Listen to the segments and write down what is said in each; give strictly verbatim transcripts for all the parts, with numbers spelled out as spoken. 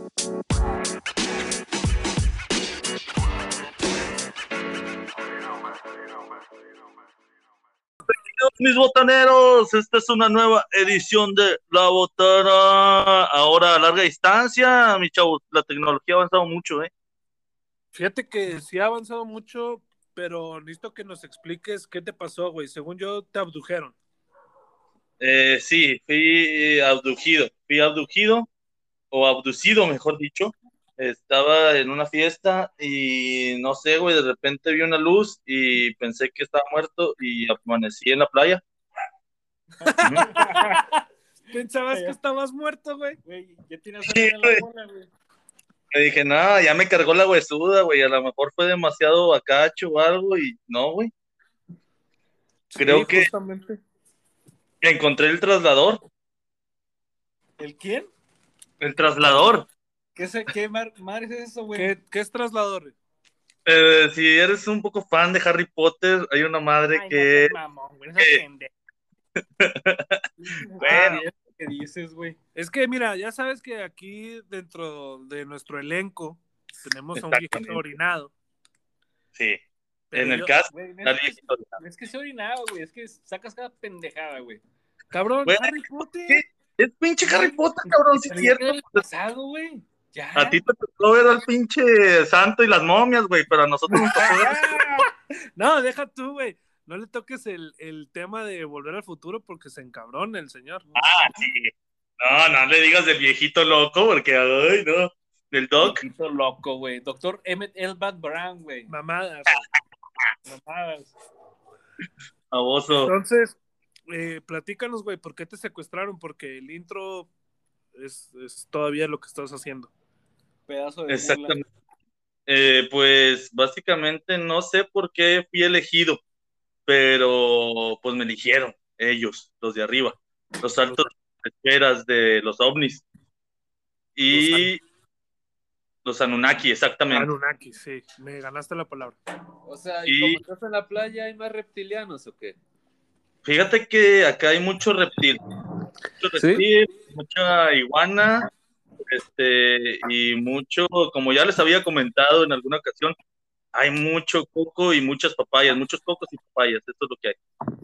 Mis botaneros, esta es una nueva edición de La Botana, ahora a larga distancia, mi chavo, la tecnología ha avanzado mucho, ¿eh? Fíjate que sí ha avanzado mucho, pero necesito que nos expliques qué te pasó, güey. Según yo, te abdujeron. Eh, sí, fui abducido, fui abducido, o abducido, mejor dicho. Estaba en una fiesta y no sé, güey, de repente vi una luz y pensé que estaba muerto y amanecí en la playa. Pensabas que estabas muerto, güey. Güey, ya tienes sangre en la cola, güey. Me dije, no, ya me cargó la huesuda, güey, a lo mejor fue demasiado bacacho o algo y no, güey. Creo Sí, que justamente. encontré el traslador. ¿El quién? El traslador. ¿Qué, sé, qué mar, madre es eso, güey? ¿Qué, ¿Qué es traslador? Eh, si eres un poco fan de Harry Potter, hay una madre Ay, que... no, mamón, güey, que... Bueno, ¿qué dices, güey? Es que, mira, ya sabes que aquí dentro de nuestro elenco tenemos a un viejito orinado. Sí. Pero en el yo, cast, güey, no la es, que, viejita. es que se orinado, güey. Es que sacas cada pendejada, güey. Cabrón, Güey, Harry Potter. ¿qué? Es pinche Harry Potter, cabrón, sí es cierto. El pasado, güey. Ya. A ti te tocó ver al pinche santo y las momias, güey, pero a nosotros nos tocó ver... No, deja tú, güey. No le toques el, el tema de Volver al Futuro porque se encabrona el señor. Ah, sí. No, no le digas del viejito loco porque, ay, no. Del doc. Viejito loco, güey. Doctor Emmett Elbad Brown, güey. Mamadas. Mamadas. Baboso. Entonces, eh, platícanos, güey, ¿por qué te secuestraron? Porque el intro es, es todavía lo que estás haciendo. Pedazo de Exactamente. Eh, pues básicamente no sé por qué fui elegido, pero pues me eligieron ellos, los de arriba, los altos esferas de los ovnis y los Anunnaki, exactamente. Anunnaki, sí, me ganaste la palabra. O sea, ¿y, y como estás en la playa hay más reptilianos o qué? Fíjate que acá hay mucho reptil, mucho reptil, ¿sí? Mucha iguana, este, y mucho, como ya les había comentado en alguna ocasión, hay mucho coco y muchas papayas, muchos cocos y papayas, eso es lo que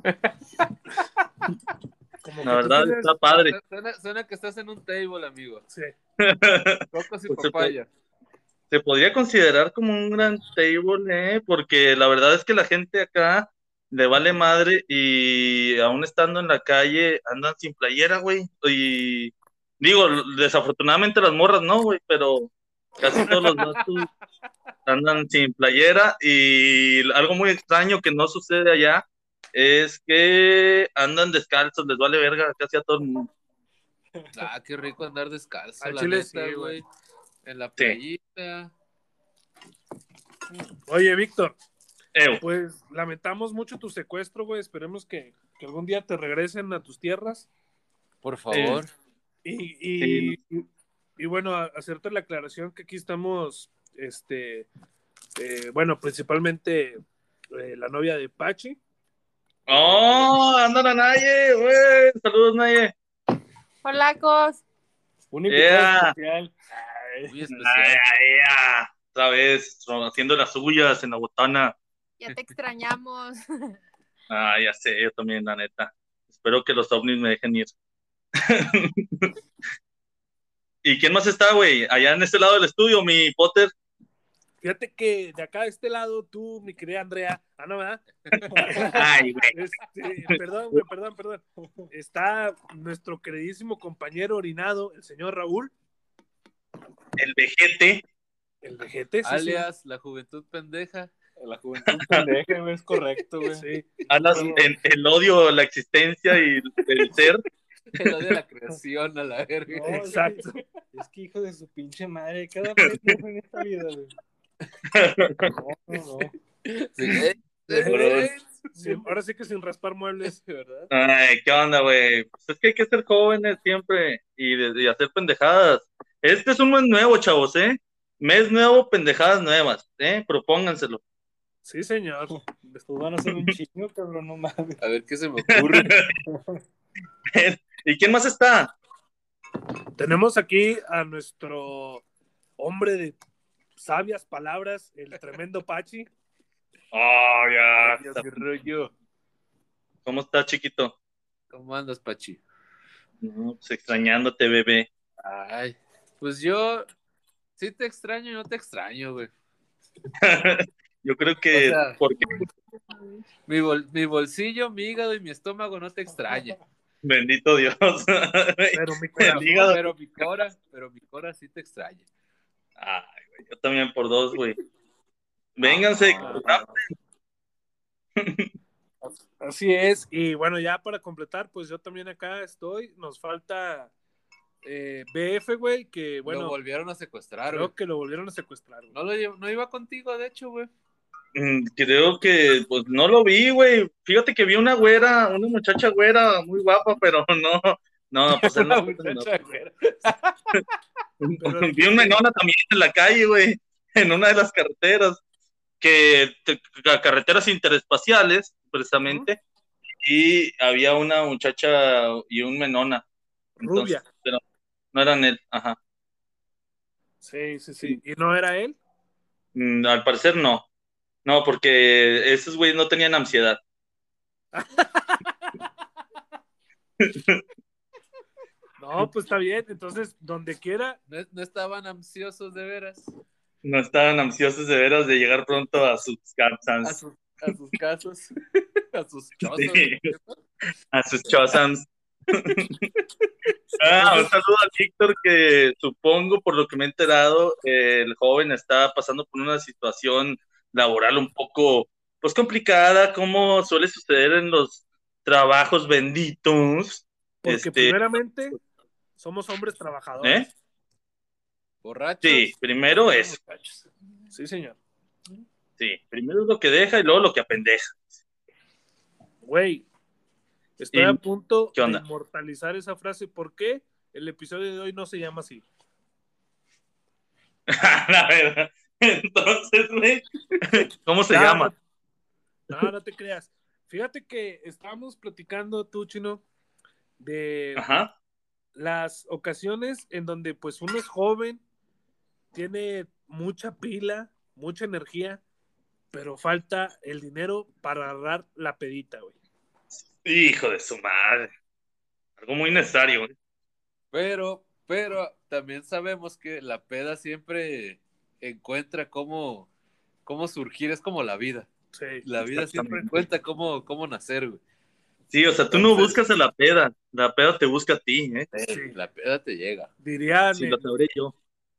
hay. Como la verdad tienes... está padre. Suena, suena que estás en un table, amigo. Sí. Cocos y pues papaya. Se, se podría considerar como un gran table, ¿eh? Porque la verdad es que la gente acá le vale madre y aún estando en la calle andan sin playera, güey. Y digo, desafortunadamente las morras no, güey, pero casi todos los vatos andan sin playera y algo muy extraño que no sucede allá es que andan descalzos, les vale verga casi a todo el mundo. Ah, qué rico andar descalzo, Al la chile neta, sí, güey. En la playita. Sí. Oye, Víctor, Ew. pues lamentamos mucho tu secuestro, güey. Esperemos que, que algún día te regresen a tus tierras. Por favor. Eh, y, y, sí. y, y bueno, hacerte la aclaración que aquí estamos, este, eh, bueno, principalmente eh, la novia de Pachi. ¡Oh! ¡Anda la Naye! ¡Güey! ¡Saludos, Naye! Holacos. Un invitado yeah. especial. Ay, muy especial. Ay, ay, otra vez, haciendo las suyas en la botana. Ya te extrañamos. Ah, ya sé, yo también, la neta. Espero que los ovnis me dejen ir. ¿Y quién más está, güey? Allá en este lado del estudio, mi Potter. Fíjate que de acá de este lado, tú, mi querida Andrea, ah, no, ¿verdad? Ay, güey. Este, perdón, güey, perdón, perdón. Está nuestro queridísimo compañero orinado, el señor Raúl. El vejete. El vejete, sí, alias, sí. La juventud pendeja. La juventud pendeja, güey, es correcto, güey. Sí. Alas, el, el odio, la existencia y el ser. El odio a la creación, a la verga. No, exacto. Es que, es que hijo de su pinche madre, cada pendejo en esta vida, güey. No, no, no. Sí, sí, ahora sí que sin raspar muebles, ¿verdad? Ay, ¿qué onda, güey? Pues es que hay que ser jóvenes siempre y, de, y hacer pendejadas. Este es un mes nuevo, chavos, ¿eh? Mes nuevo, pendejadas nuevas, ¿eh? Propónganselo. Sí, señor. Después van a hacer un chingo, cabrón, no mames. A ver qué se me ocurre. ¿Y quién más está? Tenemos aquí a nuestro hombre de sabias palabras, el tremendo Pachi. Oh, ya. Dios, qué rollo. ¿Cómo está, chiquito? ¿Cómo andas, Pachi? No, pues extrañándote, bebé. Ay, pues yo sí te extraño y no te extraño, güey. Yo creo O que sea, porque mi, bol- mi bolsillo, mi hígado y mi estómago no te extrañan. bendito Dios. Pero mi El corazón, hígado. Pero mi cora, pero mi cora sí te extraña. Ay, güey, yo también por dos, güey. Vénganse. Ah, así es. Y bueno, ya para completar, pues yo también acá estoy. Nos falta eh, B F, güey, que bueno, Lo volvieron a secuestrar, creo güey. que lo volvieron a secuestrar, güey. No, lo lle- no iba contigo, de hecho, güey. Mm, Creo que, pues no lo vi, güey. Fíjate que vi una güera, una muchacha güera muy guapa, pero no, no, pues él no. La no. muchacha, güey. Pero Vi un dijiste, menona también en la calle, güey, en una de las carreteras, que te- ca- carreteras interespaciales, precisamente, y había una muchacha y un menona. Entonces, rubia. pero no eran él, ajá. Sí, sí, sí. ¿Y no era él? Mm, Al parecer no. No, porque esos güeyes no tenían ansiedad. No, pues está bien. Entonces, donde quiera, No, no estaban ansiosos de veras No estaban ansiosos de veras de llegar pronto a sus a casas, sus, a sus casos, a sus chozas. sí, a sus chozas. Ah, un saludo a Víctor, que supongo, por lo que me he enterado, eh, el joven está pasando por una situación laboral un poco, pues, complicada, como suele suceder en los trabajos benditos. porque Este, primeramente somos hombres trabajadores. ¿eh? Borrachos. Sí, primero eso. Muchachos. Sí, señor. Sí, primero es lo que deja y luego lo que apendeja. Güey, estoy ¿Y a punto qué de onda? inmortalizar esa frase. ¿Por qué el episodio de hoy no se llama así? La verdad. Entonces, güey, ¿cómo se No, llama? no, no te creas. Fíjate que estábamos platicando tú, Chino, de Ajá. las ocasiones en donde pues uno es joven, tiene mucha pila, mucha energía, pero falta el dinero para agarrar la pedita, güey. Hijo de su madre. Algo muy necesario, güey. Pero, pero también sabemos que la peda siempre encuentra cómo, cómo surgir, es como la vida. Sí. La vida siempre Exactamente. encuentra cómo, cómo nacer, güey. Sí, o sea, tú no Entonces, buscas a la peda, la peda te busca a ti, ¿eh? Sí. la peda te llega. Dirían, Sí, eh, lo sabré yo.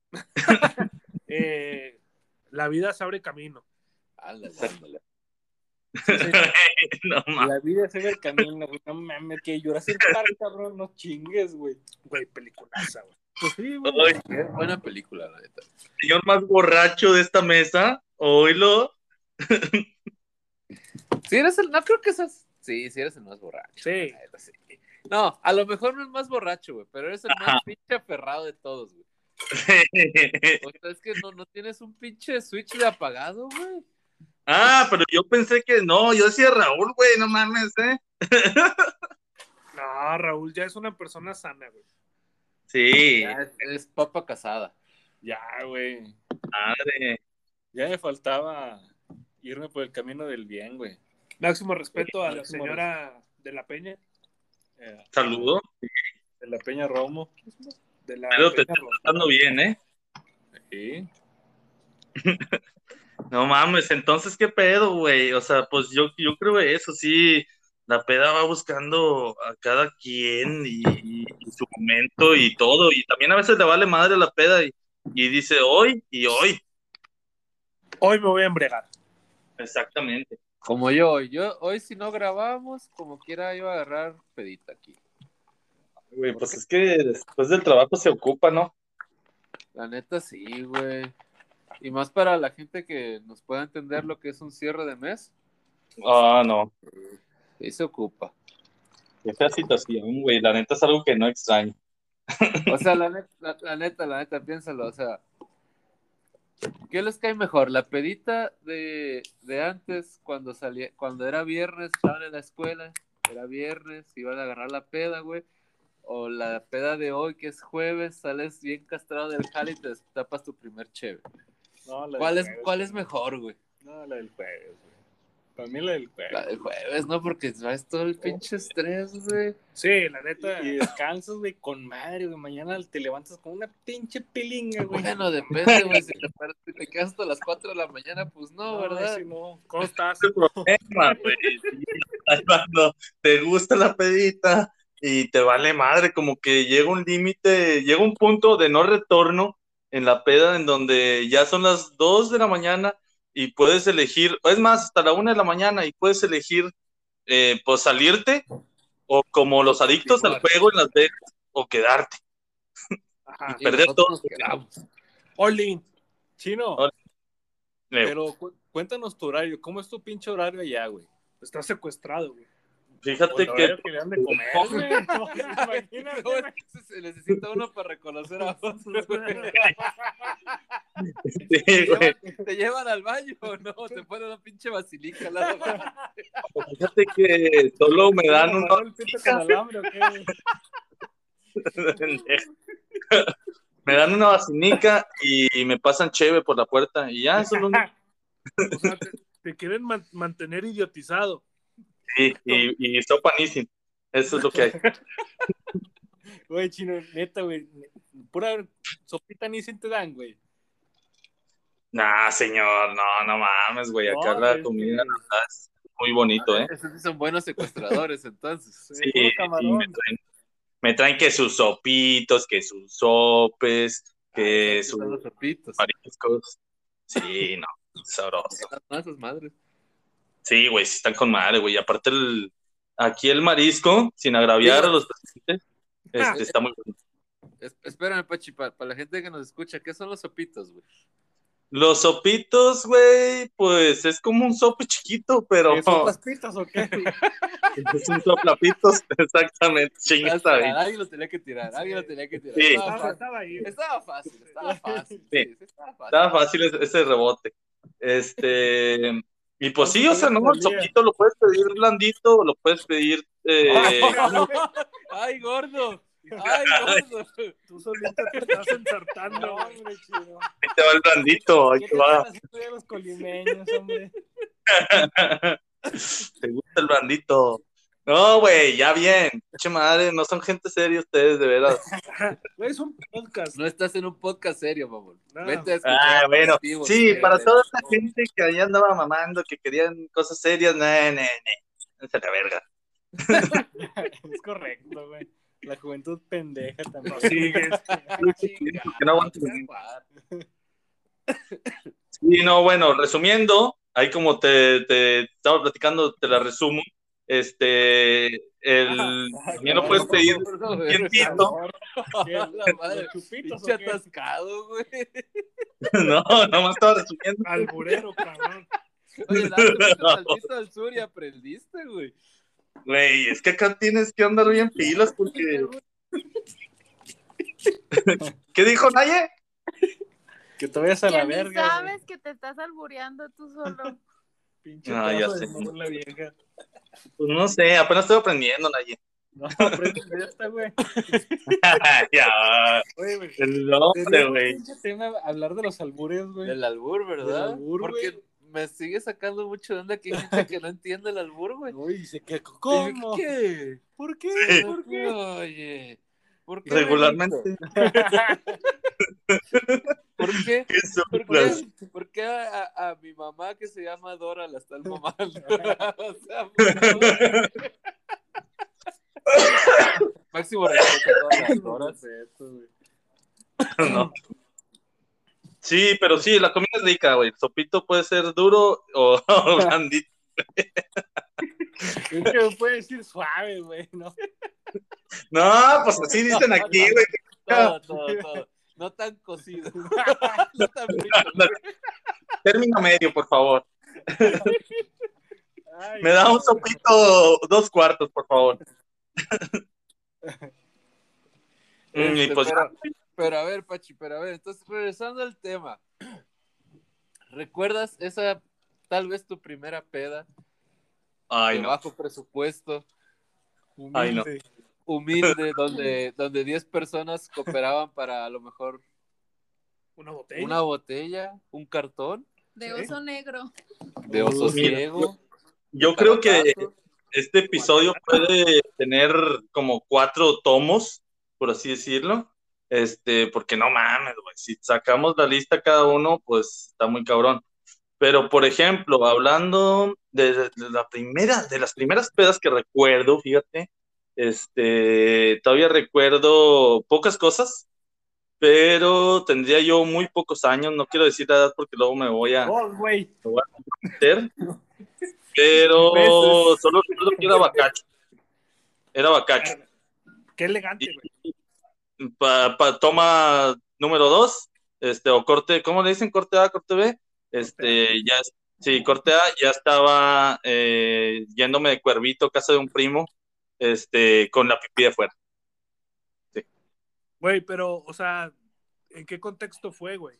eh, la vida se abre camino. Ándale, ándale. Sí, sí. No mames. La vida se ve el camino, güey. No mames, que Jurassic Park, cabrón, no chingues, güey. Güey, peliculaza, güey. Pues sí, güey. Ay, Es buena película, la neta. señor más borracho de esta mesa, oílo. Sí, eres el, no creo que seas, sí, sí eres el más borracho. Sí. la neta, sí. No, a lo mejor no el más borracho, güey, pero eres el Ajá. más pinche aferrado de todos, güey. O sea, es que no, no tienes un pinche switch de apagado, güey. Ah, pero yo pensé que no, yo decía Raúl, güey, no mames, ¿eh? No, Raúl ya es una persona sana, güey. Sí, Ya es, es papa casada. Ya, güey. madre. Ya me faltaba irme por el camino del bien, güey. Máximo respeto a la Máximo señora de la Peña. Eh, Saludo. De la Peña Romo. De la Pero te Peña estoy Rosa. tratando bien, ¿eh? Sí. No mames, entonces, ¿qué pedo, güey? O sea, pues yo, yo creo eso, sí, la peda va buscando a cada quien y, y su momento y todo, y también a veces le vale madre la peda y, y dice hoy y hoy, Hoy me voy a embregar. exactamente. Como yo, yo hoy si no grabamos, como quiera iba a agarrar pedita aquí. Güey, pues es que después del trabajo se ocupa, ¿no? La neta sí, güey. Y más para la gente que nos pueda entender lo que es un cierre de mes, Ah, no, sí se ocupa. esa situación, güey, la neta es algo que no extraño. O sea, la neta, la, la neta, la neta, piénsalo, o sea, ¿qué les cae mejor? ¿La pedita de, de antes, cuando salía, cuando era viernes, estaban en la escuela, era viernes, iban a agarrar la peda, güey? o la peda de hoy, que es jueves, sales bien castrado del jale y te tapas tu primer cheve? No, la ¿Cuál del es, jueves, cuál es güey. mejor, güey? No, la del jueves, güey. Para mí la del jueves. La del jueves, ¿no? Porque traes todo el pinche estrés, güey. Sí, la neta. Y descansas, güey, con madre, güey. Mañana te levantas con una pinche pilinga, güey. Bueno, depende, güey. Si te, paras- si te quedas hasta las cuatro de la mañana, pues no, No, ¿verdad? ese no. ¿Cómo estás? Es el problema, güey. Sí, ahí cuando te gusta la pedita y te vale madre, como que llega un límite, llega un punto de no retorno en la peda en donde ya son las dos de la mañana y puedes elegir, es más, hasta la una de la mañana y puedes elegir, eh, pues salirte o como los adictos al Continuar. juego en Las Vegas o quedarte Ajá. Y perder nosotros todo. nos quedamos. Olin. Chino, Ahora, Leo, pero cu- cuéntanos tu horario. ¿Cómo es tu pinche horario allá, güey? Estás secuestrado, güey. fíjate Pues que que le han de comer, güey. No, imagínate, No, güey. se necesita uno para reconocer a otro, güey. sí, ¿Te güey. llevan, te llevan al baño o no? Te ponen una pinche basilica al lado. Fíjate que solo me dan una ¿Amarró el pito con alambre o qué, güey? me dan una vacinica y me pasan cheve por la puerta y ya, eso es lo único. O sea, te, te quieren man- mantener idiotizado. Sí, y, y sopa Nissin. Eso es lo que hay. Güey, Chino, neta, güey. Pura sopita ni se te dan, güey. Nah, señor, no, no mames, güey. Acá No, la es comida que- la verdad, es muy bonito, ¿eh? Esos sí son buenos secuestradores, entonces. Sí, puro sí, camarón. me traen, me traen que sus sopitos, que sus sopes, que Esos son los sus sopitos. mariscos. Sí, no, sabroso. No, esas madres. Sí, güey, sí están con madre, güey. Y aparte, el, aquí el marisco, sin agraviar Sí, a güey. los pacientes, este, está muy bueno. Es- espérame, Pachi, para la gente que nos escucha, ¿qué son los sopitos, güey? Los sopitos, güey, pues es como un sope chiquito, pero ¿Qué, ¿Son paspitas o qué? es un soplapitos, exactamente. Chinga, está bien. Alguien lo tenía que tirar, alguien lo tenía que tirar. Sí. Estaba, Estaba, fácil, estaba ahí. estaba fácil, estaba fácil. Sí. Sí, sí, estaba fácil. Estaba fácil ese, ese rebote. Este, y pues sí, o sea, no, el Salía. sopito lo puedes pedir blandito o lo puedes pedir. Eh, ¡Ay, gordo! ¡Ay, gordo! Tú solito te estás No, ensartando. güey. hombre, Chino. ahí te va el blandito, ahí ¿Qué te te va. están haciendo ya los colimeños, hombre? Te gusta el blandito. No, güey, ya bien. Pinche madre, no son gente seria ustedes, de veras. Güey, es un podcast. No estás en un podcast serio, mamón. No. Vente a escuchar. Ah, bueno. Activos, Sí, güey. para toda esa gente que ahí andaba mamando, que querían cosas serias, no, no, no. Esa la verga. Es correcto, güey. La juventud pendeja también. Sí, que- Que no aguanto. Sí, no, bueno, resumiendo, ahí como te, te estaba platicando, te la resumo. Este, el, también lo puedes pedir tiempito. ¿Qué? La madre. ¿Los chupitos o Pinche qué? atascado, güey. No, nomás estaba resumiendo. Alburero, cabrón. Oye, dale un saltito al sur y aprendiste, güey. Güey, es que acá tienes que andar bien pilas porque. ¿Qué dijo Naye? Que te vayas a Que la ni verga. sabes que te estás albureando tú solo. güey. Pinche No, ya pedazo de sé. mola vieja. Pues no sé, apenas estoy aprendiendo, Naye. No, aprende de esta, güey. Ya, Oye, güey. el nombre, Sería un güey. pinche tema hablar de los albures, güey. Del albur, ¿verdad? Del albur, Porque güey. me sigue sacando mucho de onda que hay gente que no entiende el albur, güey. Uy, dice que, ¿Cómo? ¿cómo? ¿Qué? ¿Por qué? Sí. ¿Por qué? Oye, ¿por qué? Regularmente. ¿Por qué? ¿Qué son ¿Por las- qué, ¿Por qué a, a- a mi mamá que se llama Dora la están mamando? O sea, por favor. Máximo respeto a todas las Doras. Respeto, güey. No. Sí, pero sí, la comida es rica, güey. El sopito puede ser duro o, o blandito. Es que puede decir suave, güey, ¿no? No, pues así dicen aquí, güey. Todo, todo, todo. No tan cocido. No tan frito. güey. Término medio, por favor. Ay, Me da un güey. sopito dos cuartos, por favor. Mm, y Este, pues, pero, pero a ver, Pachi, pero a ver, entonces regresando al tema. ¿Recuerdas esa, tal vez tu primera peda ay, de no. bajo presupuesto? Ay, no. Humilde. humilde donde, donde diez personas cooperaban para a lo mejor Una botella. una botella, un cartón De Sí. oso negro. de oso Uh, mira, ciego. Yo de creo que Calacazo. este episodio puede tener como cuatro tomos, por así decirlo. Este, porque no mames, güey. Si sacamos la lista cada uno, pues está muy cabrón. Pero, por ejemplo, hablando de, de la primera, de las primeras pedas que recuerdo, fíjate, este, todavía recuerdo pocas cosas, pero tendría yo muy pocos años, no quiero decir la edad porque luego me voy a, Oh, güey. me voy a meter, pero Meses. solo recuerdo que era bacacho, era bacacho. Qué elegante, güey. Pa, pa- toma número dos, este, o corte, ¿cómo le dicen? Corte A, corte B, este, ya, sí, corte A, ya estaba eh, yéndome de cuervito a casa de un primo, este, con la pipí de afuera. Güey, pero, o sea, ¿en qué contexto fue, güey?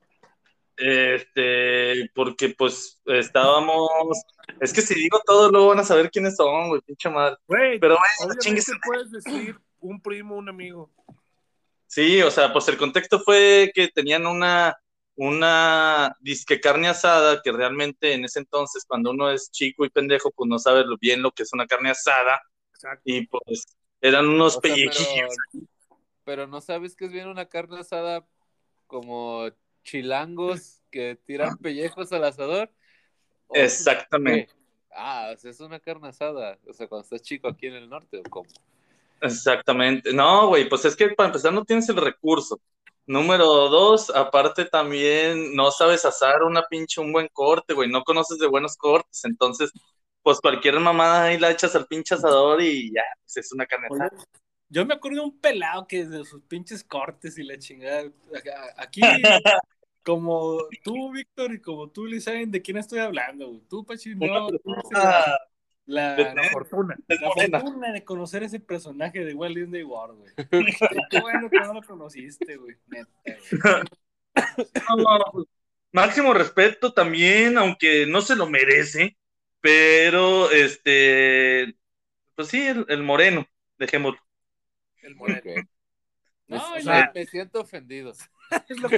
Este, porque pues estábamos, es que si digo todo, luego van a saber quiénes son, güey, pinche madre. Güey, Pero bueno, obviamente chingues. puedes decir un primo, un amigo. Sí, o sea, pues el contexto fue que tenían una, una disque carne asada, que realmente en ese entonces, cuando uno es chico y pendejo, pues no sabe lo- bien lo que es una carne asada, Exacto. y pues eran unos O sea, pellejillos. pero, pero no sabes que es bien una carne asada como chilangos que tiran pellejos al asador. ¿O Exactamente, qué? Ah, o sea, es una carne asada. O sea, cuando estás chico aquí en el norte, ¿o cómo? exactamente. No, güey, pues es que para empezar no tienes el recurso. Número dos, aparte también no sabes asar una pinche un buen corte, güey, no conoces de buenos cortes, entonces, pues cualquier mamada ahí la echas al pinche asador y ya, pues es una carne Oye, asada. yo me acuerdo de un pelado que de sus pinches cortes y la chingada. Acá- Aquí, como tú, Víctor, y como tú, Liz, saben de quién estoy hablando, güey. Tú, Pachi, no, tuviste la, la, de- La fortuna. la morena. fortuna de conocer ese personaje de Walt Disney World, güey. Qué bueno que no lo conociste, güey. Neta, güey. No, pues, máximo respeto también, aunque no se lo merece, pero este, pues sí, el, el moreno, dejémoslo. El moreno. Ok. Me, No, o y sea, la- me siento ofendido. Es lo que-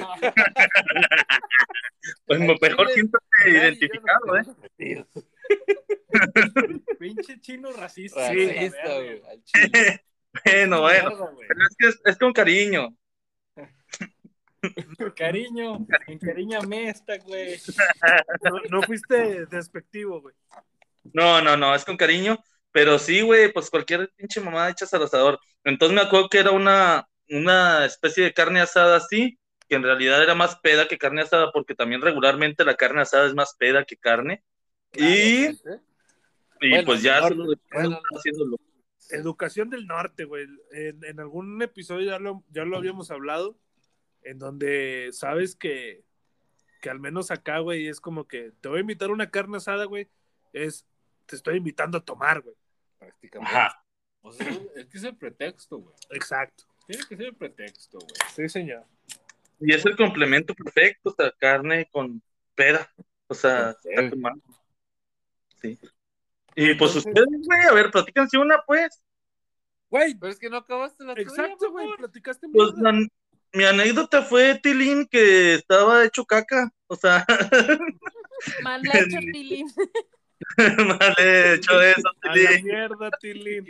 Pues Al mejor chile, siéntate Gary y yo identificado, nos ¿eh? sentimos ofendidos. pinche chino racista. Sí. güey, la Racista, verga, güey, al chile. Bueno, bueno, Verga, güey. pero es que es, es con cariño. Cariño, encariñame esta, güey. No, no fuiste despectivo, güey. No, no, no, es con cariño, pero sí, güey, pues cualquier pinche mamada echas al asador. Entonces me acuerdo que era una, una especie de carne asada así, que en realidad era más peda que carne asada, porque también regularmente la carne asada es más peda que carne. Y, Claramente. y Bueno, pues ya no, solo recuerdo bueno, haciéndolo. Educación del norte, güey. En, en algún episodio ya lo, ya lo habíamos hablado, en donde sabes que, que al menos acá, güey, es como que te voy a invitar a una carne asada, güey. Es, te estoy invitando a tomar, güey. prácticamente. Ajá. O sea, es que es el pretexto, güey. Exacto. Tiene que ser el pretexto, güey. Sí, señor. Y es el complemento perfecto, o sea, carne con peda. O sea, está con madre. Sí. Y pues Entonces- ustedes, güey, a ver, platícanse una, pues. Güey, Pero es que no acabaste la exacto, tuya, güey. mamón. Platicaste Pues mierda. la- mi anécdota fue Tilín que estaba hecho caca. O sea, Mal hecho, Tilín. mal hecho eso, A la Tilín. mierda, Tilín.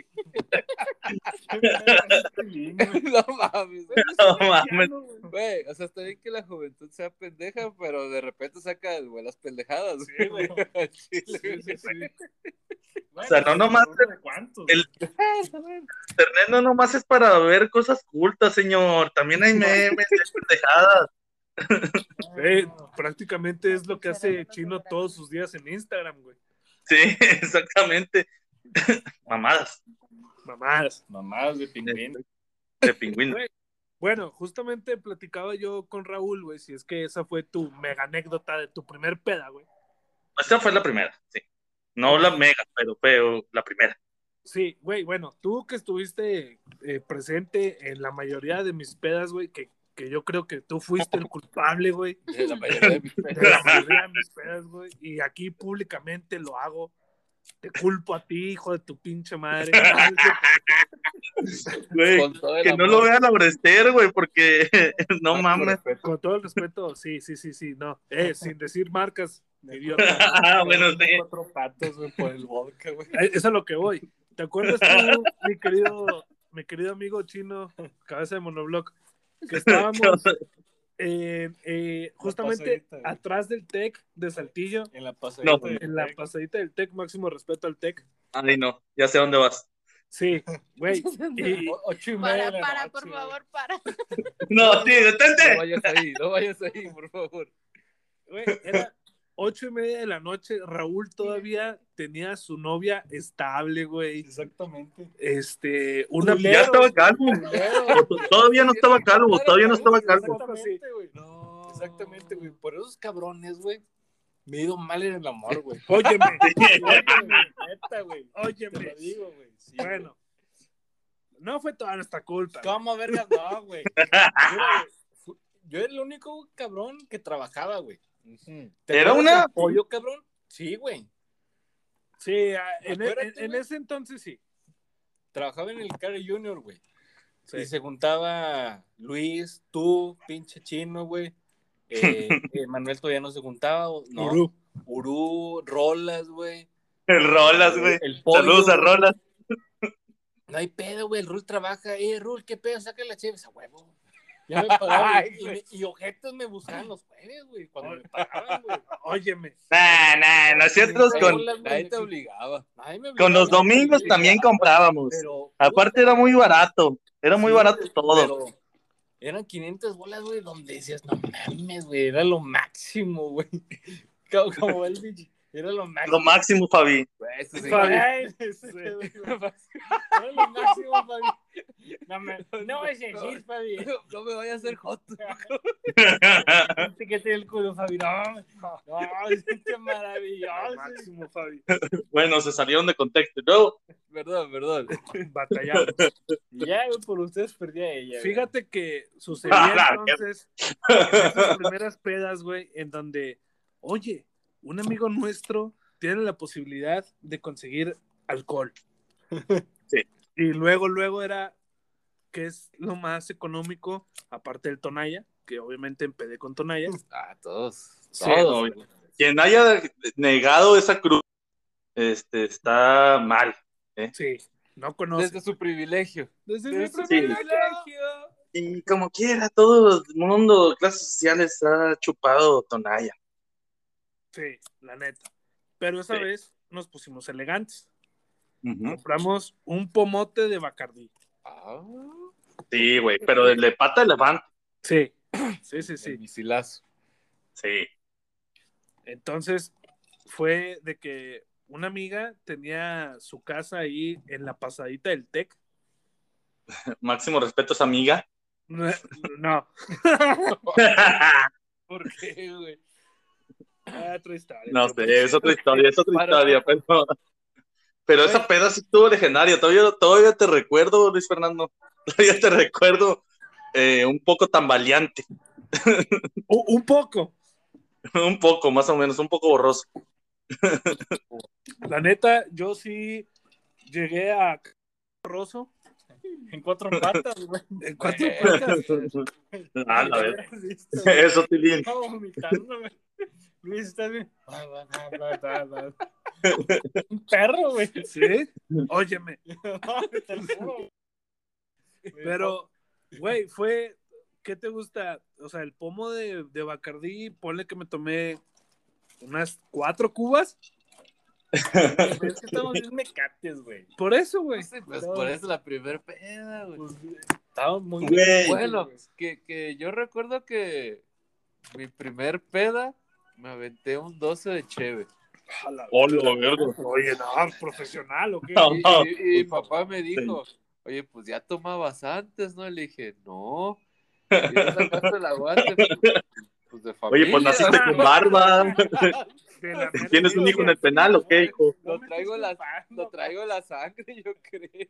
No mames. No mames. Güey, o sea, está bien que la juventud sea pendeja, pero de repente saca güey, las pendejadas. Sí, güey. Al chile, Sí, sí, sí. O sea, no nomás ¿De cuántos? el internet no nomás es para ver cosas cultas, señor. También hay memes, hay pendejadas. Eh, prácticamente es lo que hace Chino todos sus días en Instagram, güey. Sí, exactamente. Mamadas Mamadas. Mamadas de pingüino. de pingüino. Güey, bueno, justamente platicaba yo con Raúl, güey, si es que esa fue tu mega anécdota de tu primer peda, güey. Esta fue la primera, sí. No la mega, pero fue la primera. Sí, güey, bueno, tú que estuviste eh, presente en la mayoría de mis pedas, güey, que, que yo creo que tú fuiste el culpable, güey, De la mayoría de mis de la mayoría de mis pedas, güey, y aquí públicamente lo hago. te culpo a ti, hijo de tu pinche madre. Güey, Con todo el que no amor. lo vean a Brester, güey, porque no Máximo mames. respeto. Con todo el respeto, sí, sí, sí, sí, no. Eh, sin decir marcas, idiota. Ah, bueno, Unos sí. cuatro patos, güey, por el vodka, güey. Eh, Eso es a lo que voy. ¿Te acuerdas tú, mi querido, mi querido amigo chino, cabeza de monobloc, que estábamos eh, eh, justamente pasadita, güey. atrás del Tec de Saltillo, En la pasadita No. del en la Tec. pasadita del Tec, máximo respeto al Tec? Ay, no, ya sé a dónde vas. Sí, güey. Y O- Ocho y media de Para, la para, noche, por güey. favor, para. No, sí, No detente. vayas ahí, no vayas ahí, por favor. güey, era ocho y media de la noche. Raúl todavía tenía a su novia estable, güey. Exactamente. Este, una Culero, Ya estaba calvo. culero. O to- Todavía no estaba calvo, todavía no estaba calvo. Exactamente, güey. No. Exactamente, güey. Por esos cabrones, güey, me he ido mal en el amor, güey. Óyeme, Óyeme, neta, güey. Te óyeme. lo digo, güey. Sí, Bueno, no fue toda nuestra culpa. güey. ¿cómo vergas? No, güey. Mira, güey, fu- yo era el único cabrón que trabajaba, güey. ¿Te ¿Era acuerdas una? del pollo, cabrón? Sí, güey. Sí, ah, en, en- Acuérdate, en güey. ese entonces sí. Trabajaba en el Cari Junior, güey. Sí. Y se juntaba Luis, tú, pinche chino, güey. Eh, eh, Manuel todavía no se juntaba, ¿no? Urú. Urú, Rolas, güey. El Rolas, güey. El pollo, Saludos a güey. Rolas. No hay pedo, güey. El Rul trabaja. Eh, Rul, ¿qué pedo? Saca la chévere a huevo. Ya me pagaban. Ay, y, güey. y, y ojetes me buscaban los jueves, güey. Cuando me pagaban, güey. Óyeme. Nah, nah, nosotros Sí, con, bolas, güey. Nadie te obligaba. Nadie me con los obligaba, domingos güey. también comprábamos. Pero, Aparte puta, era muy barato, era muy sí, barato güey, todo. Pero eran quinientas bolas, güey, donde decías, no mames, güey, era lo máximo, güey. Como, como el bicho, era lo máximo. Lo máximo, Fabi. Güey, eso sí. Fabi. Ay, ese, güey. Era lo máximo, Fabi. No, me, no vas a decir, Fabi. No, no me vayas a hacer hot. ¿Qué te el culo, Fabi? No, no, es que maravilloso. Máximo, Fabi. Bueno, se salieron de contexto. Luego, Perdón, perdón. Batallamos. Ya, güey, por ustedes perdí a ella. güey. Fíjate que sucedía entonces en esas primeras pedas, güey, en donde, oye, un amigo nuestro tiene la posibilidad de conseguir alcohol. Sí. Y luego, luego era, que es lo más económico, aparte del Tonaya, que obviamente empedé con Tonaya. Ah, todos. Sí, Todos. obvio. Quien haya negado esa cruz, este, está mal. Sí, no conoce. Desde su privilegio. Desde Desde mi su privilegio. Y como quiera, todo el mundo, clases sociales, ha chupado Tonaya. Sí, la neta. Pero esa Sí. vez nos pusimos elegantes. Ujú. Compramos un pomote de Bacardí. Ah, Sí, güey, pero de, de pata de elefante. Sí, sí, sí, el sí. misilazo. Sí. Entonces fue de que una amiga tenía su casa ahí en la pasadita del Tec. Máximo respeto a esa amiga. No, ¿Por qué, güey? ah, otra historia. No sé, es otra historia, es otra Para- historia, pero, pero esa peda sí estuvo legendaria. Todavía, todavía te recuerdo, Luis Fernando. Todavía te recuerdo eh, un poco tambaleante. U- un poco. Un poco, más o menos, un poco borroso. La neta, yo sí llegué a Rosso En cuatro patas, güey. en cuatro Eh, patas. Ah, la vez. ¿Has visto, güey? Eso, Tilín. Estaba vomitando, güey. Luis, ¿estás bien? Un perro, güey. Sí, óyeme. Te lo juro. Pero, güey, fue, ¿qué te gusta? O sea, el pomo de, de Bacardí, ponle que me tomé unas cuatro cubas. Es que estamos bien mecates, güey. Por eso, güey. Sí, pues por eso la primer peda, güey. Pues, estábamos muy Güey. Bueno, que, que yo recuerdo que mi primer peda me aventé un doce de cheve. Hola, verga. Oye, no, profesional, ¿o qué? No. Y, y- y papá me dijo, oye, pues ya tomabas antes, ¿no? Le dije, no. ¿Y dónde sacaste el aguante? Pues de familia. Oye, pues naciste con barba. De la mera ¿Tienes un hijo en el penal o qué, hijo? Lo traigo, la, lo traigo en la sangre, yo creo.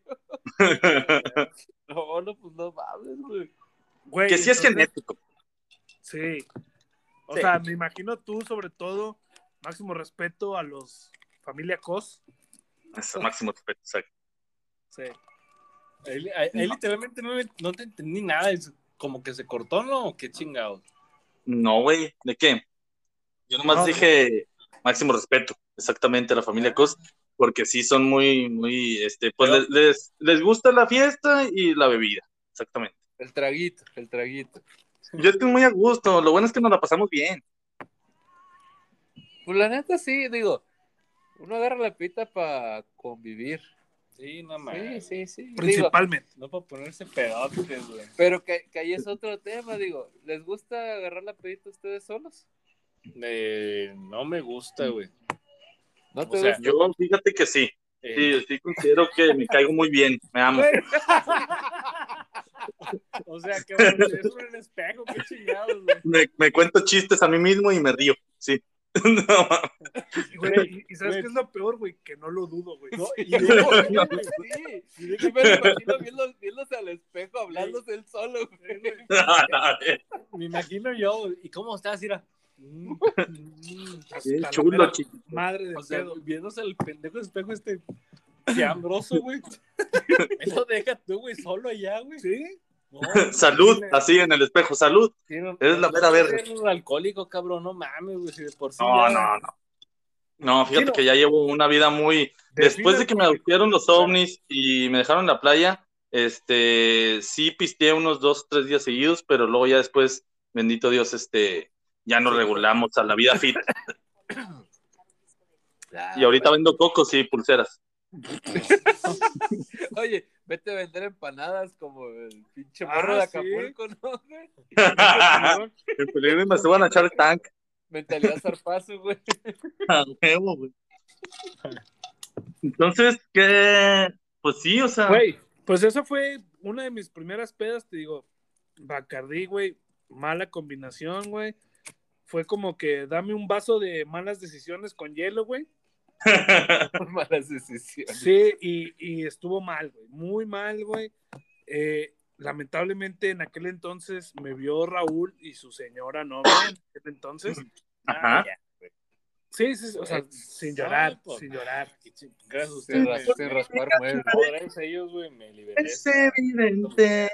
No, no, pues no mames, güey. Güey, Que sí es entonces, genético. Sí. O Sí. sea, me imagino tú, sobre todo, máximo respeto a los familia Cos. Es máximo respeto, exacto. Sí. Ahí, ahí- ahí literalmente no, me- no te entendí nada. Es como que se cortó, ¿no? ¿O qué chingados? No, güey, ¿de qué? Yo nomás No, dije máximo respeto, exactamente, a la familia Ah. Cos, porque sí son muy, muy, este, pues Pero- les, les, les gusta la fiesta y la bebida, exactamente. El traguito, el traguito. Yo estoy muy a gusto, lo bueno es que nos la pasamos bien. Pues la neta sí, digo, uno agarra la pita para convivir. Sí, no Sí, más. sí, sí. Digo, principalmente. No para ponerse pedotes, güey. pero que, que ahí es otro tema, digo, ¿les gusta agarrar la pedita ustedes solos? Eh, no me gusta, güey. ¿No O te sea, gusta? Yo, fíjate que sí, Eh, sí, sí considero que me caigo muy bien, me amo. Güey. O sea, que bueno, es un espejo, qué chingados, güey. Me, me cuento chistes a mí mismo y me río, sí. No, Güey, y, y ¿sabes güey. qué es lo peor, güey? Que no lo dudo, güey. No, Sí, y de hecho, güey, güey, sí. Sí me lo imagino viendo, viéndose al espejo, hablándose él solo, güey. me imagino yo, güey, ¿y cómo estás, Ira? Mm, mm, Qué Hasta la chulo, mera chico. Madre de O sea, pedo. viéndose el pendejo espejo este fiambroso, güey. Eso deja tú, güey, solo allá, güey. ¿Sí? No, Salud, tiene- así en el espejo, salud. tiene- Eres la no mera puedes verga. ser un alcohólico, cabrón, no mames, güey, si de por sí No, ya... no, no. No, fíjate Sí, no. que ya llevo una vida muy... Después de que me adoptaron los ovnis y me dejaron en la playa, este, sí pisteé unos dos, tres días seguidos, pero luego ya después, bendito Dios, este, ya nos Sí. regulamos a la vida fit. Ah, Y ahorita bueno. vendo cocos y pulseras. Oye, vete a vender empanadas como el pinche Ah, morro de sí. Acapulco, ¿no, güey? En peligro y me suban a Shark Tank. Mentalidad zarpazo, güey. A huevo, güey. Entonces, ¿qué? Pues sí, o sea... Güey, pues esa fue una de mis primeras pedas, te digo. Bacardí, güey. Mala combinación, güey. Fue como que dame un vaso de malas decisiones con hielo, güey. Malas decisiones. Sí, y, y estuvo mal, güey. Muy mal, güey. Eh, lamentablemente en aquel entonces me vio Raúl y su señora novia en aquel entonces. Ajá. Ah, ya. Sí, sí, o sea, sin llorar, Ay, pues, sin llorar. qué ching- Gracias a Sin, ustedes. ras- sin raspar muebles. No, gracias a ellos, güey, me liberé. Es evidente.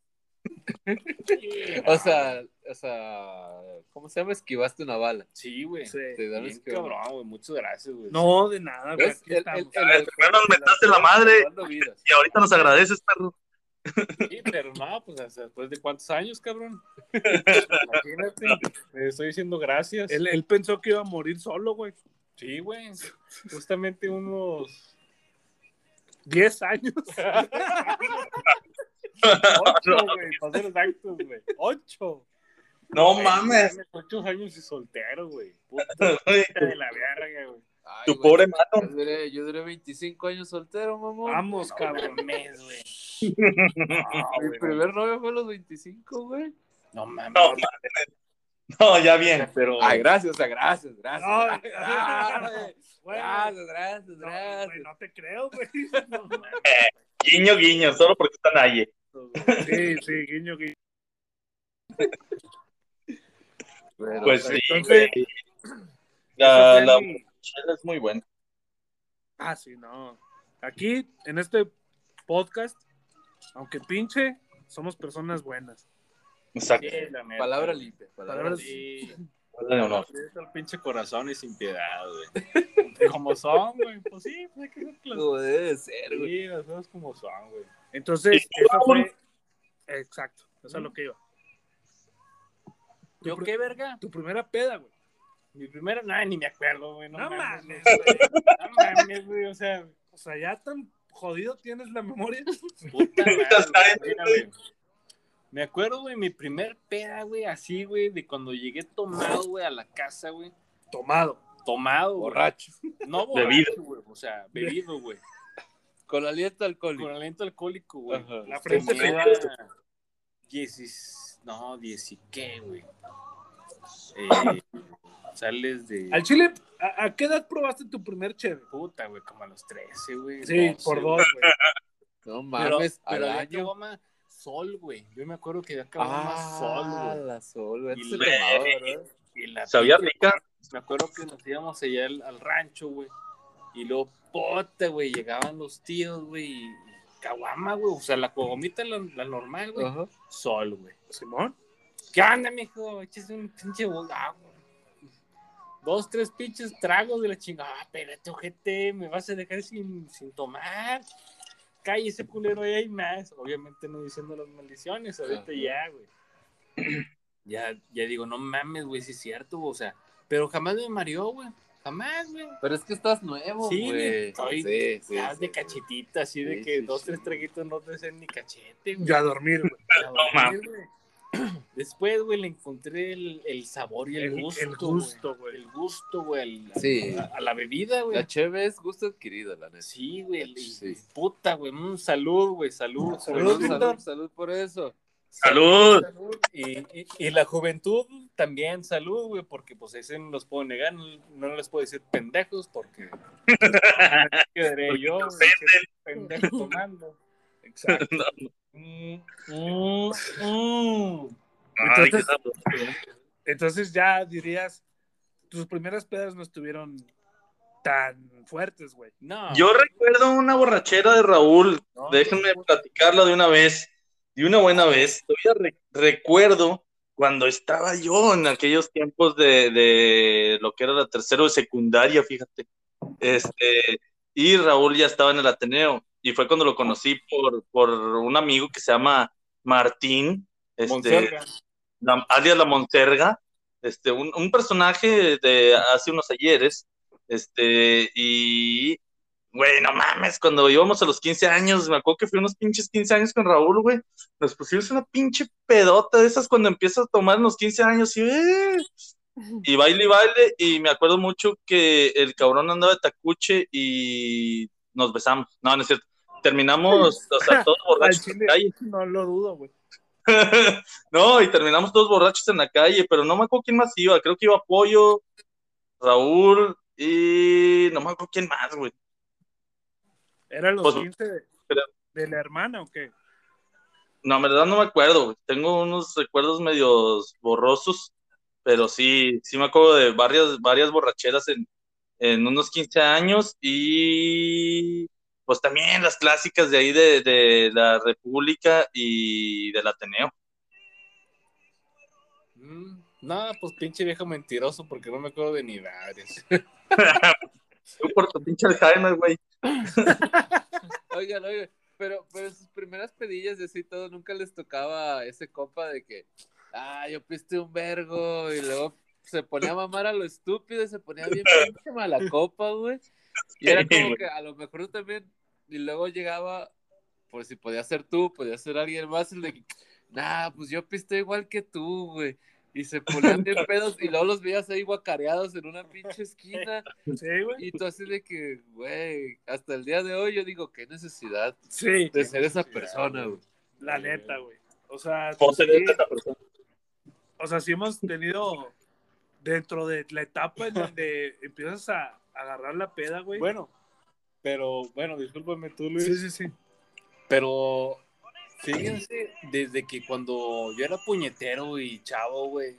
O sea, o sea, ¿cómo se llama? Esquivaste una bala. Sí, güey. Sí. Te dan Bien esquivar. cabrón, güey. Muchas gracias, güey. No, de nada, güey. ¿Ves? Aquí El, el, estamos. el Primero alcohol, nos metaste la el madre. alcohol salvando vidas. Y ahorita nos agradeces, perro. Sí, pero no, pues hasta después de cuántos años, cabrón. Imagínate, le estoy diciendo gracias. Él, él pensó que iba a morir solo, güey. Sí, güey. Justamente unos Diez años. ocho, güey. Para ser exactos, güey. Ocho. No Güey, mames. Ocho años y soltero, güey. Puta Güey, de la verga, güey. Ay, Tu güey, pobre Yo mano. duré, yo duré veinticinco años soltero, mamón. Vamos, cabrón. Mes, güey. Mi primer novio fue a los veinticinco, güey. No mames. No, No, ya bien. Pero. Ay, gracias, o sea, gracias, gracias. No, gracias, gracias, güey. gracias, gracias, No, gracias. güey, no te creo, güey. No, mames. Guiño, guiño, solo porque están ahí. Sí, sí, guiño, guiño. Pero, Pues sí, entonces- güey. La, Esa la fue mi- chela es muy buena. Ah, sí, no. Aquí, en este podcast, aunque pinche, somos personas buenas. Exacto. Sí, la neta, palabra güey. limpia, palabra Palabras- limpia. Sí. Dale honor. Sí, es el pinche corazón y sin piedad, güey. Como son, güey. Pues sí, pues hay que ser claro. Como debe de ser, güey. Sí, las cosas como son, güey. Entonces, eso fue. Exacto, eso es lo que iba. ¿Yo qué, verga? Tu primera peda, güey. Mi primera, nada, ni me acuerdo, güey. No, No mames, mames, güey. güey. No mames, güey. O sea, O sea, ya tan jodido tienes la memoria. puta madre, sabes, güey. Mira, güey. Me acuerdo, güey, mi primer peda, güey, así, güey, de cuando llegué tomado, güey, a la casa, güey. Tomado. Tomado, güey. Borracho. No Bebido. borracho, güey. O sea, bebido, güey. Con aliento alcohólico. Con aliento alcohólico, güey. Ajá. La frente Tenía pequeña. diecis, no, diez y qué, güey. Eh, sales de Al chile, ¿a, a qué edad probaste tu primer cheve? puta, güey, como a los trece, güey. Sí, doce, por güey. dos, güey. No Pero, mames, pero al había año. caguama Sol, güey. Yo me acuerdo que había caguama Ah, Sol, güey. la sol, güey. Y Antes se le- tomaba, ¿verdad? Y la ¿Sabía pinche- rica? Me acuerdo que nos íbamos allá al, al rancho, güey. Y luego puta, güey, llegaban los tíos, güey, y caguama, güey, o sea, la cogomita, la, la normal, güey, Ajá. sol, güey. Simón. ¿Qué onda, mijo? Échese un pinche agua. Dos, tres pinches tragos de la chingada. Ah, espérate, ojete, me vas a dejar sin, sin tomar. Cállese, culero, y hay más. Obviamente no diciendo las maldiciones, ahorita Ajá. ya, güey. Ya, ya digo, no mames, güey, sí es cierto, güey, o sea, pero jamás me mareó, güey. Jamás, güey. Pero es que estás nuevo, Sí, güey. estoy Sí, sí, ya sí. de cachetita, así de Sí, que sí, dos, sí. tres traguitos no te hacen ni cachete, güey. Ya a dormir, güey. A dormir, güey. Después, güey, le encontré el, el sabor y el, El- gusto. el gusto, güey. El gusto, güey. al- Sí. A, a la bebida, güey. La cheve es gusto adquirido, la neta. Sí, güey. y- Sí. Puta, güey. mm, salud, güey. Salud. Salud, Salud, Víctor. salud, salud por eso. ¡Salud! salud. Y, y, y la juventud también, salud, güey, porque pues ese no los puedo negar, no, no les puedo decir pendejos, porque quedaré yo, nos güey, ese pendejo tomando. Exacto. No. Mm, mm, mm. Ay, qué Entonces- sabroso. Entonces ya dirías, tus primeras pedas no estuvieron tan fuertes, güey. No. Yo recuerdo una borrachera de Raúl, No, déjenme no. platicarla de una vez, de una buena vez. Todavía re- recuerdo cuando estaba yo en aquellos tiempos de, de lo que era la tercero de secundaria, fíjate. Este, y Raúl ya estaba en el Ateneo, y fue cuando lo conocí por, por un amigo que se llama Martín, este, Monserga. la, alias La Monserga, este, un, un personaje de hace unos ayeres, este, y, güey, no mames, cuando íbamos a los quince años, me acuerdo que fui unos pinches quince años con Raúl, güey, nos pusimos una pinche pedota de esas cuando empiezas a tomar en los quince años, y, eh, y baile y baile, y me acuerdo mucho que el cabrón andaba de tacuche y nos besamos, no, no es cierto, terminamos, o sea, todos Al borrachos en chile, la calle. no lo dudo, güey. No, y terminamos todos borrachos en la calle, pero no me acuerdo quién más iba. Creo que iba Pollo, Raúl y no me acuerdo quién más, güey. ¿Eran los Pues, quince de, pero- de la hermana o qué? No, en verdad no me acuerdo, güey. Tengo unos recuerdos medios borrosos, pero sí, sí me acuerdo de varias, varias borracheras en, en unos quince años y pues también las clásicas de ahí de, de la República y del Ateneo. Mm, no, pues pinche viejo mentiroso, porque no me acuerdo de ni madres. Tú por tu pinche Alzheimer, güey. Oigan, oigan, pero, pero sus primeras pedillas y así todo, nunca les tocaba ese compa de que, ah, yo piste un vergo, y luego se ponía a mamar a lo estúpido y se ponía bien pinche mala copa, güey. Y era como que a lo mejor también, y luego llegaba, por si podía ser tú, podía ser alguien más, el de que, nah, pues yo piste igual que tú, güey. Y se ponían bien pedos y luego los veías ahí guacareados en una pinche esquina. Sí, güey. Y tú así de que, güey, hasta el día de hoy yo digo, qué necesidad Sí, de ser esa persona, güey. la neta, güey. O sea, Por ser sí, esta persona. o sea, sí hemos tenido dentro de la etapa en donde empiezas a agarrar la peda, güey. Bueno, pero, bueno, discúlpame tú, Luis. Sí, sí, sí. Pero fíjense, desde que cuando yo era puñetero y chavo, güey,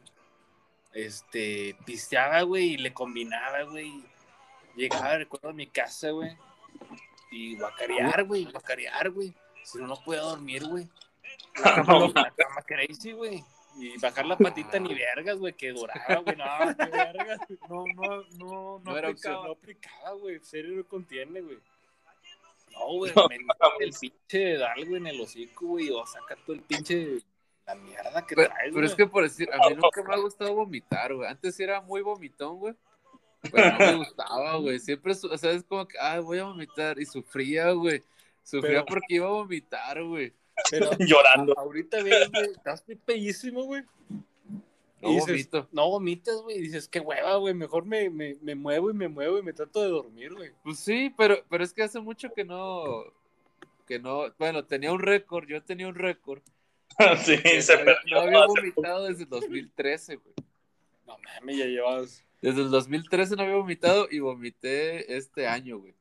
este, pisteaba, güey, y le combinaba, güey. Llegaba, recuerdo, a mi casa, güey, y guacarear, güey, guacarear, güey. Si no, no podía dormir, güey. La cama, la cama crazy, güey. Y bajar la patita ni vergas, güey, que duraba, güey. No, qué vergas. No, no, no, no, No era aplicaba. No aplicaba, güey. Serio no contiene, güey. No, güey, No, me mete el pinche dal, güey, en el hocico, güey, o saca todo el pinche, la mierda que Pero, traes, pero es güey. que por decir, a mí nunca me ha gustado vomitar, güey. Antes sí era muy vomitón, güey. Pero no me gustaba, güey. Siempre, su- o sea, es como que, ah, voy a vomitar. Y sufría, güey. Sufría Pero- porque iba a vomitar, güey. Pero Llorando. a- ahorita ves, güey, estás bellísimo, güey. No Y dices, vomito. no vomitas, güey, y dices, qué hueva, güey, mejor me, me, me muevo y me muevo y me trato de dormir, güey. Pues sí, pero, pero es que hace mucho que no, que no, bueno, tenía un récord, yo tenía un récord. Sí, que se no, había, perdió no había hace vomitado desde el dos mil trece, güey. No mames, ya llevas. Desde el dos mil trece no había vomitado y vomité este año, güey.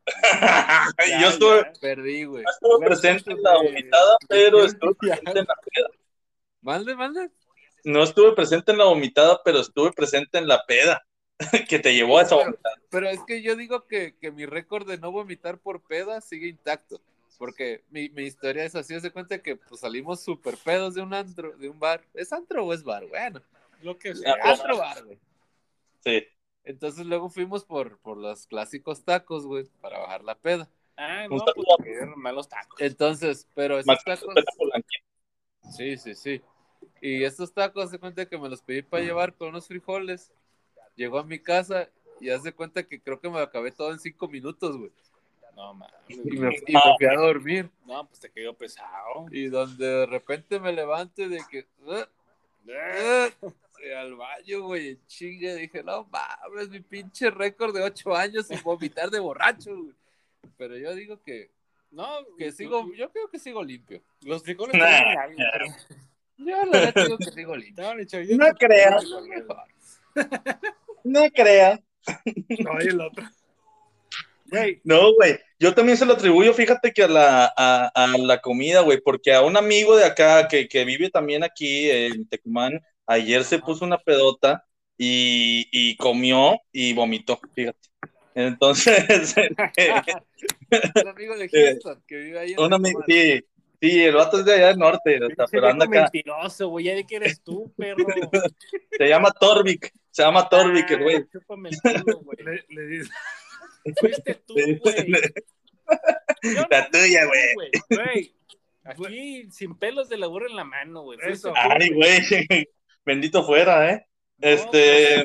Y yo estuve, Ya, Perdí, güey. estuve presente en la vomitada, pero estuve presente en la peda. Mande, mande. No estuve presente en la vomitada, pero estuve presente en la peda. que te llevó a esa Pero, vomitada. pero es que yo digo que, que mi récord de no vomitar por peda sigue intacto. Porque mi, mi historia es así, se cuenta que pues, salimos súper pedos de un antro, de un bar. ¿Es antro o es bar? Bueno, Lo que sea. Ah, antro bar, güey. Sí. Entonces luego fuimos por, por los clásicos tacos, güey, para bajar la peda. Ah, Un no, pues saludo. que eran malos tacos. Entonces, pero esos Max tacos... Peta Polanquín. Sí, sí, sí. Y estos tacos, se cuenta que me los pedí para llevar con unos frijoles. Llegó a mi casa y hace cuenta que creo que me lo acabé todo en cinco minutos, güey. No, mames. Y me, y me fui a dormir. No, pues te quedó pesado. Y donde de repente me levanto de que... "Uh, uh", y al baño, güey, en chinga. Dije, no mames, mi pinche récord de ocho años sin vomitar de borracho, güey. Pero yo digo que, No, que sigo, yo creo que sigo limpio. Los frijoles Nah. traen algo, pero Yo la neta digo que sigo limpio. estaban echaditos. No creo. Es lo mejor. No creas. No, y el otro. Güey, No, güey. Yo también se lo atribuyo, fíjate que a la, a, a la comida, güey, porque a un amigo de acá que, que vive también aquí en Tecumán, ayer se puso una pedota y, y comió y vomitó, fíjate. Entonces, Un amigo de Houston que vive ahí en un amigo, Tecumán. sí, sí, el vato es de allá del norte, o sea, pinche pero anda viejo acá. mentiroso, güey. Ya de que eres tú, perro. Se llama Torvik, se llama Torvik, el güey. Ah, chúpame el culo, güey. Le, le dices, fuiste tú, güey. Yo no La fui tuya, tú, güey. Güey, Aquí, sin pelos de la burra en la mano, güey. Fuiste Eso. tú, Ay, güey, bendito fuera, ¿eh? No, Este,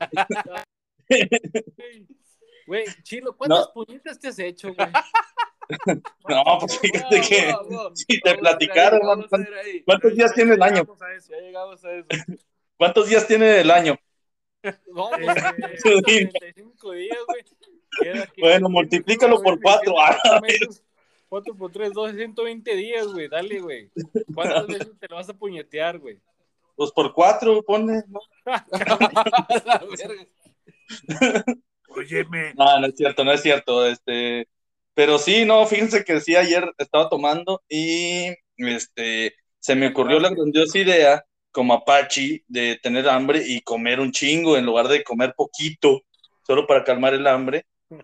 güey. Güey, Chilo, ¿cuántas No. puñetas te has hecho, güey? no, pues fíjate Wow, que wow, wow. si te Vamos a ir platicaron, ahí, vamos a ir ahí. ¿cuántos días tiene el año? Vamos a eso. Ya llegamos a eso. ¿Cuántos días tiene el año? No, Eh, pues, treinta y cinco días, güey. Queda que- Bueno, multiplícalo por cuatro. Ah, cuatro por tres, doce, ciento veinte días, güey. Dale, güey. ¿Cuántas veces te lo vas a puñetear, güey? pues por cuatro, ponle. ¿no? La verga. Óyeme. No, no es cierto, no es cierto. Este, pero sí, no, fíjense que sí, ayer estaba tomando y este, se me ocurrió la grandiosa idea, como Apache, de tener hambre y comer un chingo en lugar de comer poquito, solo para calmar el hambre.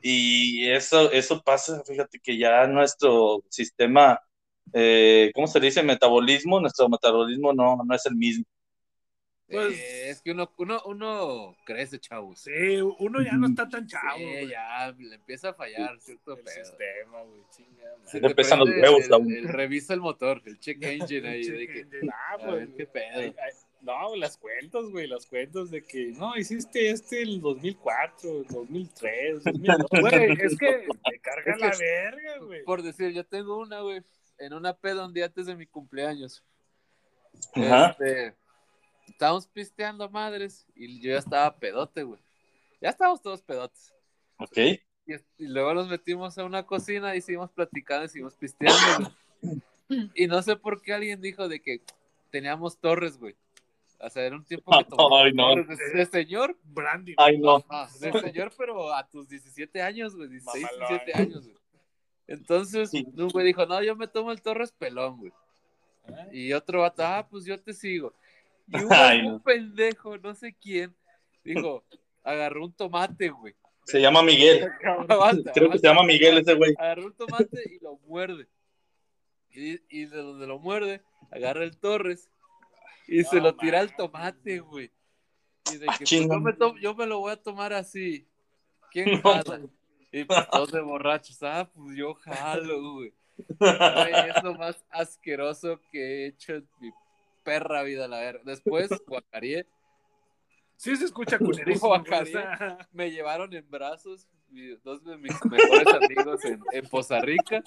Y eso, eso pasa, fíjate que ya nuestro sistema, eh, ¿cómo se dice? Metabolismo, nuestro metabolismo no, no es el mismo. Pues- Eh, es que uno, uno, uno crece, chavos. Sí, uno ya no está tan chavo, Sí, güey. ya le empieza a fallar cierto El pedo. sistema, güey. Chingada. Se Le te pesan los prende huevos el, a uno. el- revisa el motor, el check engine ahí. de que, Ah, a pues, ver qué pedo. ay, ay, no, las cuentas, güey, las cuentas de que no, hiciste este el dos mil cuatro, el dos mil tres, dos mil dos. Güey, es que te carga Es la que- verga, güey. Por decir, yo tengo una, güey, en una peda un día antes de mi cumpleaños. Ajá. Este, estábamos pisteando a madres y yo ya estaba pedote, güey. Ya estábamos todos pedotes. Ok. Y, y luego nos metimos a una cocina y seguimos platicando y seguimos pisteando, güey. Y no sé por qué alguien dijo de que teníamos torres, güey. O sea, era un tiempo que tomamos Ay, no. torres de, de señor. Brandy. Ay, no. Ah, de señor, pero a tus diecisiete años, güey. dieciséis, Mamalón. diecisiete años, güey. Entonces, Sí. un güey dijo, no, yo me tomo el Torres pelón, güey. Y otro vato, ah, pues yo te sigo. Y un, Ay, un no. pendejo, no sé quién, dijo, agarró un tomate, güey. Se llama Miguel. Aguanta, Creo que se aguanta. llama Miguel ese güey. Agarró un tomate y lo muerde. Y, y de donde lo muerde, agarra el Torres y se No, lo tira man. al tomate, güey. Y de Ah, que pues, chinga. yo, me to- yo me lo voy a tomar así. ¿Quién No. jala? Y pues todos de borrachos, ah, pues yo jalo, güey. Güey, es lo más asqueroso que he hecho en mi perra vida, la verga. Después, guacareé, Sí se escucha culerísimo, güey, o Guacareé. sea, me llevaron en brazos mi- dos de mis mejores amigos en, en Poza Rica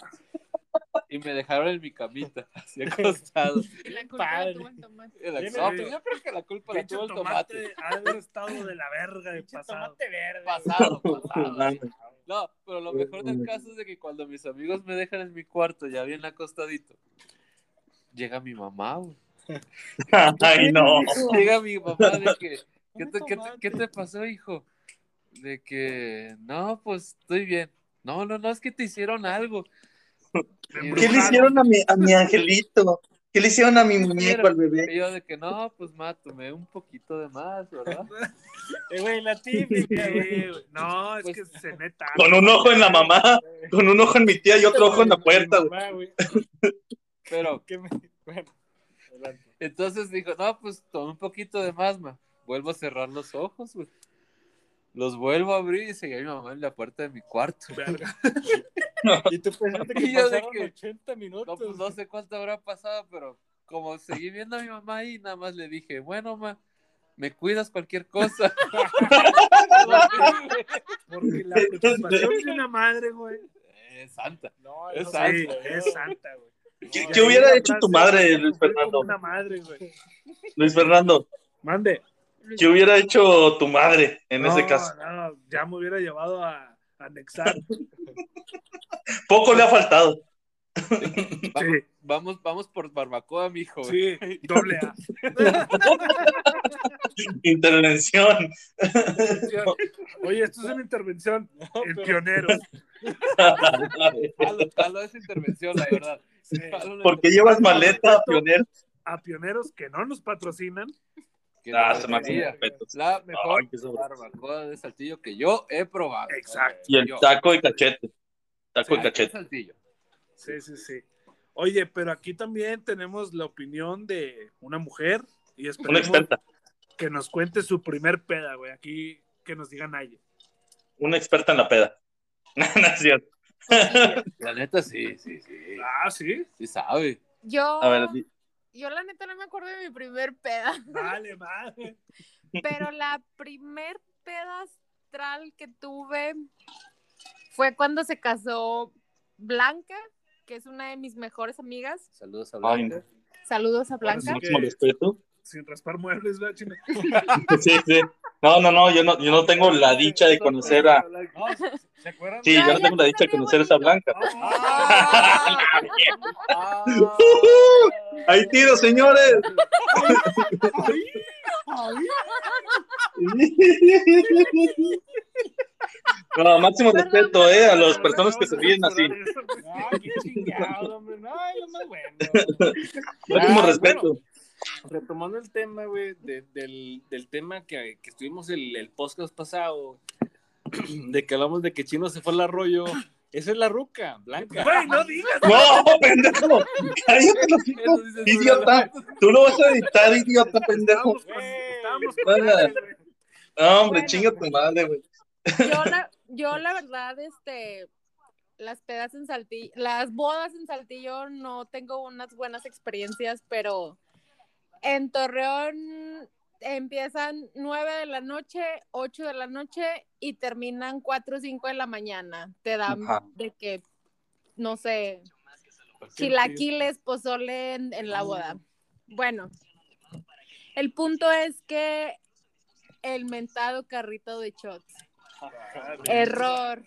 y me dejaron en mi camita, así acostado. La culpa Padre. la tuvo el tomate. Y la- Tiene- no, pues yo creo que la culpa la pinche tuvo el tomate tomate. ha de haber estado de la verga de Pinche pasado. tomate verde. Pasado, pasado. No, pero lo mejor del caso es de que cuando mis amigos me dejan en mi cuarto, ya bien acostadito, llega mi mamá, güey. Ay, no. Llega mi mamá de que, ¿qué Un te, qué, te, tomate. qué te pasó, hijo? De que, no, pues estoy bien. No, no, no, es que te hicieron algo. Y ¿Qué le hicieron a mi, a mi angelito? ¿Qué le hicieron a mi ¿Qué muñeco, al hicieron? bebé? Y yo de que no, pues ma, tomé un poquito de más, ¿verdad? Eh, güey, la típica, Sí, güey. güey. No, es Pues- que se neta. Con un ojo en la mamá, con un ojo en mi tía y otro ojo en la puerta, güey. Mamá, güey. Pero ¿Qué me... Bueno, adelante. entonces dijo, no, pues tomé un poquito de más, ma. Vuelvo a cerrar los ojos, güey. Los vuelvo a abrir y seguía mi mamá en la puerta de mi cuarto. Verga. Y tú pensaste que Y yo de pasaron que- ochenta minutos. No, pues no sé cuánto habrá pasado, pero como seguí viendo a mi mamá ahí, nada más le dije, bueno, ma, me cuidas cualquier cosa. Porque la preocupación de una madre, güey. Es santa. No, Es no, santa. Sí, güey. es santa, güey. ¿Qué, No, qué y hubiera La hecho tu frase, madre, sufrir Luis como Fernando? una madre, güey. Luis Fernando, Mande. ¿qué hubiera hecho tu madre en no, ese caso? No, ya me hubiera llevado a, a anexar. Poco le ha faltado. Va- Sí. Vamos, vamos por barbacoa, mijo. Sí, doble A. Intervención. Oye, esto es una intervención en pero- pioneros. Jalo, jalo esa intervención, la verdad. Sí. Jalo la ¿Por qué intervención. llevas maleta, pionero? A pioneros que no nos patrocinan. Que Ah, no se me hacen debería. respetos. La mejor Ay, qué sabroso. barbacoa de Saltillo que yo he probado. Exacto. Y el Yo. taco de cachete. Taco de Aquí en cachete. Saltillo. Sí, sí, sí. Oye, pero aquí también tenemos la opinión de una mujer y Una esperemos experta. que nos cuente su primer peda, güey. Aquí que nos diga Naye. Una experta en la peda. No, no es cierto. La neta, sí, sí, sí. Ah, sí. Sí sabe. Yo, A ver, di- yo la neta no me acuerdo de mi primer peda, Vale, madre. pero la primer peda astral que tuve fue cuando se casó Blanca, que es una de mis mejores amigas. Saludos a Ay, Blanca. Saludos a Ahora Blanca. sí. máximo que- respeto. Sin raspar muebles, ¿verdad, chino? Sí, sí. No, no, no, yo no, yo no tengo la dicha de conocer a. No, ¿se acuerdan? Sí, No, yo no ya tengo la te dicha de salió conocer a esa bonito. Blanca. ¡Ah! ¡Ah! ¡Ahí tiro, señores! No, máximo Perdón, respeto, eh, a perdón, las perdón, personas que se ríen así. Ah, qué chingado, hombre. No, es lo más bueno. Máximo Ah, respeto. bueno, retomando el tema, güey, de- del, del tema que, que estuvimos el, el podcast pasado, de que hablamos de que Chino se fue al arroyo. Esa es la ruca, Blanca. Güey, no digas. No, pendejo. Cállate, los hijos. Eso dices tú, Idiota. Tú lo vas a editar, idiota, pendejo. Estábamos con, estábamos con Nada. Naye, güey. No, hombre, Bueno. chinga tu madre, güey. Yo la, yo la verdad, este, las pedas en Saltillo, las bodas en Saltillo no tengo unas buenas experiencias, pero en Torreón empiezan nueve de la noche, ocho de la noche y terminan cuatro o cinco de la mañana. Te dan Ajá. de que, no sé, chilaquiles, pozole en, en la boda. Bueno, el punto es que el mentado carrito de shots. Error.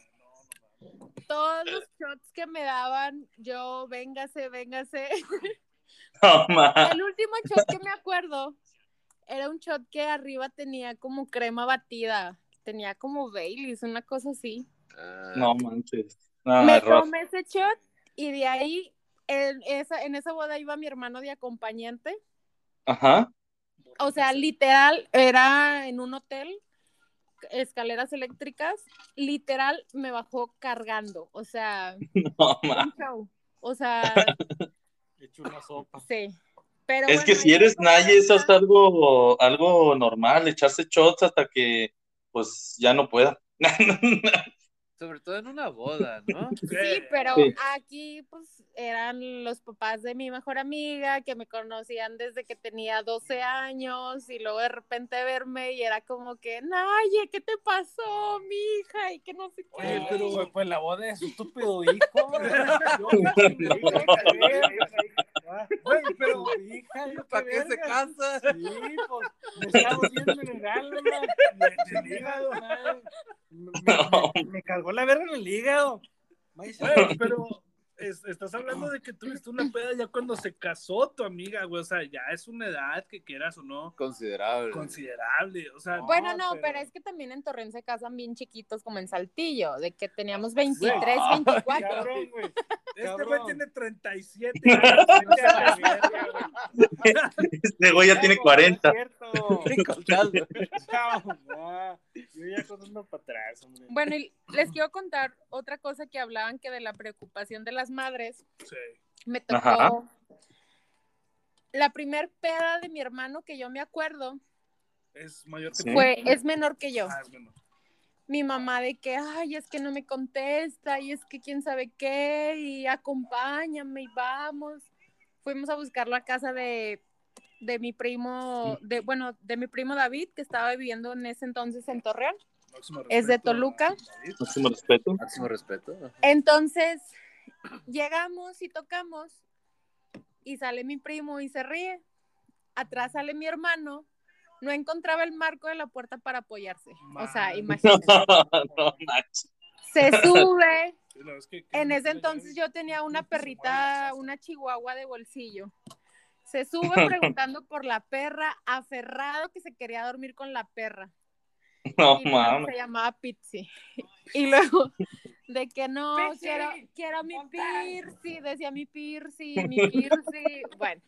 Todos los shots que me daban, yo, véngase, véngase. No, ma. El último shot que me acuerdo era un shot que arriba tenía como crema batida. Tenía como Baileys, una cosa así. Ah, No manches. No, me error. tomé ese shot y de ahí, en esa, en esa boda iba mi hermano de acompañante. Ajá. O sea, literal, era en un hotel, escaleras eléctricas, literal me bajó cargando. O sea, No, ma. un show. O sea, Hecho una sopa. sí. Pero Es bueno, que si esa eres fue Naye, eso es una- algo, algo normal, echarse shots hasta que pues ya no pueda. sobre todo en una boda, ¿no? Sí, pero Sí. aquí pues eran los papás de mi mejor amiga que me conocían desde que tenía doce años y luego de repente verme y era como que, Naye, ¿qué te pasó, mija? Y que no sé qué. Oye, pero güey, pues la boda de su estúpido hijo. Güey, pero su hija, yo ¿Para qué se verga. casa? Sí, pues me estamos viendo en el hígado, en el hígado, ¿sabes? Me, me, me cargó la verga en el hígado. Güey, pero es- estás hablando de que tuviste una peda ya cuando se casó tu amiga, güey. O sea, ya es una edad que quieras o no Considerable. considerable. O sea, Bueno, no, pero- pero es que también en Torreón se casan bien chiquitos como en Saltillo, de que teníamos veintitrés, veinticuatro. Cabrón, güey. Este Cabrón. güey tiene treinta y siete años. Vete a la verga, güey. Este güey ya tiene No, cuarenta. No es cierto. Estoy contando. Chao, no. Yo ya corriendo para atrás, hombre. Bueno, y les quiero contar otra cosa que hablaban que de la preocupación de las madres. Sí. Me tocó Ajá. la primer peda de mi hermano que yo me acuerdo Es mayor que Sí. tú. fue, es menor que yo. Ah, es menor. Mi mamá de que, ay, es que no me contesta, y es que quién sabe qué, y acompáñame y vamos. Fuimos a buscar la casa de, de mi primo, de, bueno, de mi primo David, que estaba viviendo en ese entonces en Torreón. Máximo Es de respeto a Toluca. David. Máximo respeto. Máximo respeto. Entonces, llegamos y tocamos, y sale mi primo y se ríe. Atrás sale mi hermano. No encontraba el marco de la puerta para apoyarse. O sea, Man. imagínense. No manches. Se sube. Sí, no, es que- En ese entonces yo tenía una perrita, una chihuahua de bolsillo. Se sube preguntando por la perra, aferrado que se quería dormir con la perra. No Y luego mames. se llamaba Pizzi. Y luego, de que no, Pizzi, quiero, quiero mi monta. Pirsi, decía mi Pirsi, mi Pirsi. Bueno.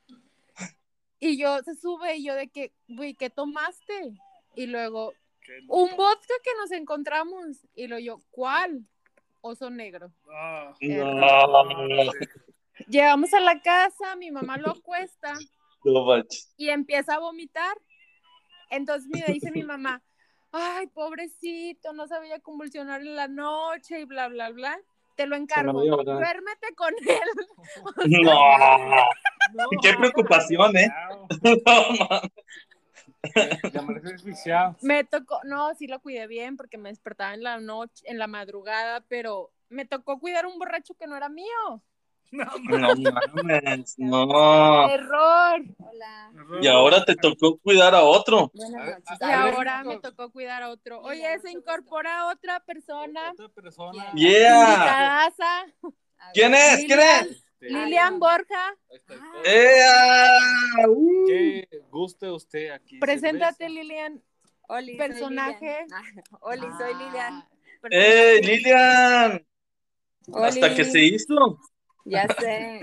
Y yo se sube y yo de que, güey, ¿qué tomaste? Y luego, que- un vodka que nos encontramos. Y luego yo, ¿cuál? Oso negro. Ah, No, Llegamos a la casa, mi mamá lo acuesta no manches. y empieza a vomitar. Entonces me dice mi mamá, ay, pobrecito, no sabía convulsionar en la noche y bla, bla, bla. Te lo encargo, Se me dio, ¿verdad? duérmete con él. No. No, Qué preocupación, ¿eh? No mames. Ya me desviciado. Me tocó, no, sí lo cuidé bien porque me despertaba en la noche, en la madrugada, pero me tocó cuidar un borracho que no era mío. no, No mames, no. Error. Hola, mames. Y ahora te tocó cuidar a otro. buenas A ver, noches. Y A ver, ahora Nico. me tocó cuidar a otro. Mira, Oye, mucho se gusto. incorpora otra persona. Otra persona. Yeah. Invitadaza, A ver. ¿Quién es? ¿Quién Lilian. es? Este, Lilian Borja. Ahí está el Ah. todo. ¡Ea! ¡Uh! ¿Qué guste usted aquí? Preséntate, cerveza? Lilian. Oli, soy Personaje. Lilian. Ah, Oli, soy Lilian. ¡Ey, Lilian! Oli, Hasta que se hizo. Ya sé.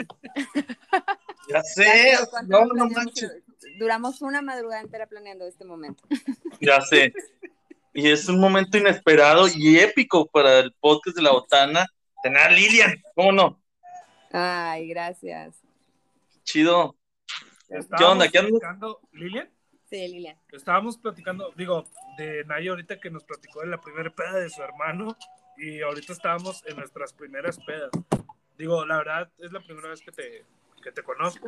Ya Ya sé. sé, ¿cuánto No, lo no planeamos? manches. Duramos una madrugada entera planeando este momento. Ya sé. Y es un momento inesperado y épico para el podcast de La Botana. Tener a Lilian, ¿cómo no? Ay, gracias. Chido. Estábamos onda? ¿Qué andas? platicando, Lilian, Sí, Lilian. estábamos platicando, digo, de Naya ahorita que nos platicó de la primera peda de su hermano y ahorita estábamos en nuestras primeras pedas. Digo, la verdad es la primera vez que te, que te conozco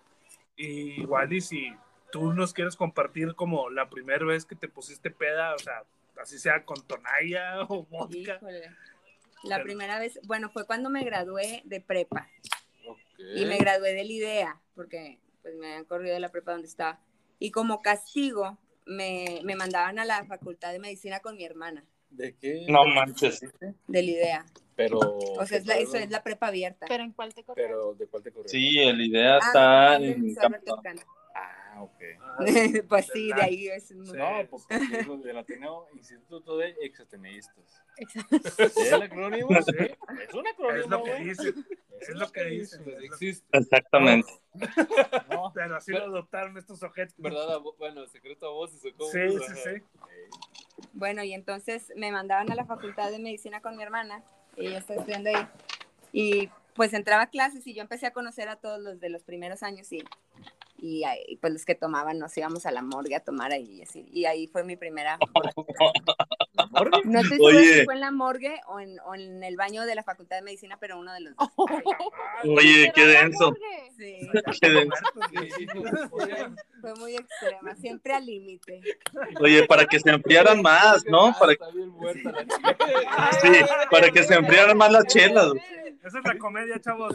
y igual y si tú nos quieres compartir como la primera vez que te pusiste peda, o sea, así sea con tonalla o vodka. Híjole. La primera vez, bueno, fue cuando me gradué de prepa Ok. y me gradué del IDEA, porque pues me habían corrido de la prepa donde estaba. Y como castigo, me, me mandaban a la facultad de medicina con mi hermana, ¿De qué? No manches. del IDEA. Pero. O sea, es la, eso es la prepa abierta. ¿Pero en cuál te corrió? Pero, ¿de cuál te corrió? Sí, el idea Ah, está del en Liceo Alberto Campo. Elcano. Ah, ok. Pues sí, de ahí es muy... Sí. No, pues es lo del Ateneo, Instituto de Exateneístas. Exacto. ¿Es el acrónimo? Sí. Es un Es acrónimo, lo que güey. dice, es lo que dice. Pues es lo- existe. Exactamente. No, Pero así lo adoptaron estos objetos. ¿Verdad? A vo- Bueno, secreto a voces o cómo. Sí, sí, sí. Bueno, y entonces me mandaban a la facultad de medicina con mi hermana, ella está estudiando ahí, y pues entraba a clases y yo empecé a conocer a todos los de los primeros años y, y, ahí, pues los que tomaban, nos íbamos a la morgue a tomar ahí y así, y ahí fue mi primera borrachera. No estoy segura Oye. si fue en la morgue o en, o en el baño de la facultad de medicina, pero uno de los dos. Oye, qué denso. Sí, Qué denso. Sí. fue muy extrema, siempre al límite. Oye, para que se enfriaran más, ¿no? Ah, Para, Está bien muerta la chica. sí, para que se enfriaran más las chelas. güey. Esa es la comedia, chavos.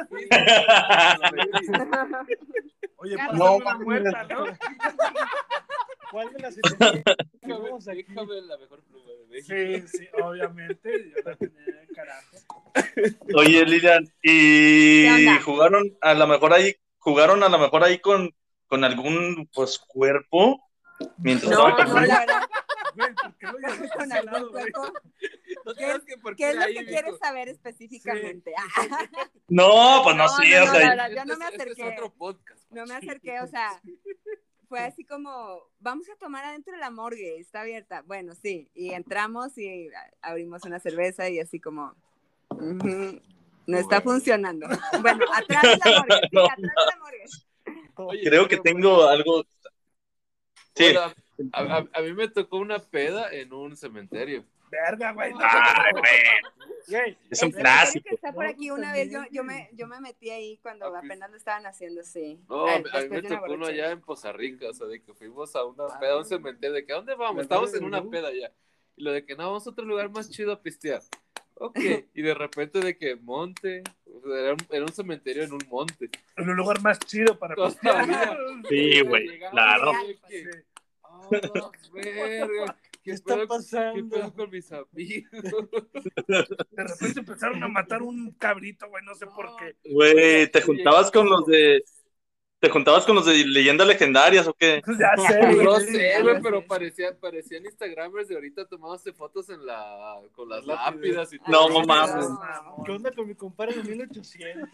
Oye, No, pásame una mames. muerta, ¿no? ¿cuál de las setenta? Déjame, déjame la mejor pluma de México. Sí, sí, obviamente. Yo la tenía carajo. Oye, Lilian, ¿Qué y onda? jugaron a lo mejor ahí, jugaron a lo mejor ahí con, con algún pues cuerpo mientras No, estaban no, con la verdad, Güey, ¿por qué lo llevas con a ese lado, algún güey? cuerpo. No ¿Qué, creas que porque qué es lo ahí, que Vico. quieres saber específicamente? Ah, No, pues no, No, sí, no, o no, sea, la verdad, yo no Este me es- este es acerqué. otro podcast. No me acerqué, o sea, fue así como, vamos a tomar adentro de la morgue, está abierta. Bueno, sí, y entramos y abrimos una cerveza y así como, ujú, no está funcionando. Bueno, atrás de la morgue, sí, No. atrás de la morgue. Oye, creo que pero, tengo algo. Sí. bueno, a, a- a mí me tocó una peda en un cementerio. Verga, güey. no. Ay, güey, Güey, es El un cementerio clásico. que está por aquí, una vez yo, También, yo, güey. me, yo me metí ahí cuando Ok. apenas lo estaban haciendo, sí. No, Ah, a mí después me de una tocó uno borrachera. allá en Poza Rica, o sea, de que fuimos a una Ah. peda, a un cementerio, de que ¿a dónde vamos? La Estamos nave en de una Uru. peda ya. Y lo de que no, vamos a otro lugar más chido a pistear. Ok, y de repente de que monte, o sea, era un, era un cementerio en un monte. En un lugar más chido para pistear. Todavía. Sí, güey, Llegamos claro. y de que, Sí. "Ah, verga, ¿Qué ¿qué está pedo, qué pasando? pedo con mis amigos?" De repente empezaron a matar un cabrito, güey, no sé por qué. Güey, te juntabas con los de. ¿Te juntabas con los de leyendas legendarias o qué? Ya sé, güey. No sé, güey, Ya pero sé. parecían, parecían Instagramers de ahorita tomándose fotos en la, con las Lápidas. lápidas y No, todo. mames. ¿Qué onda con mi compadre de mil ochocientos?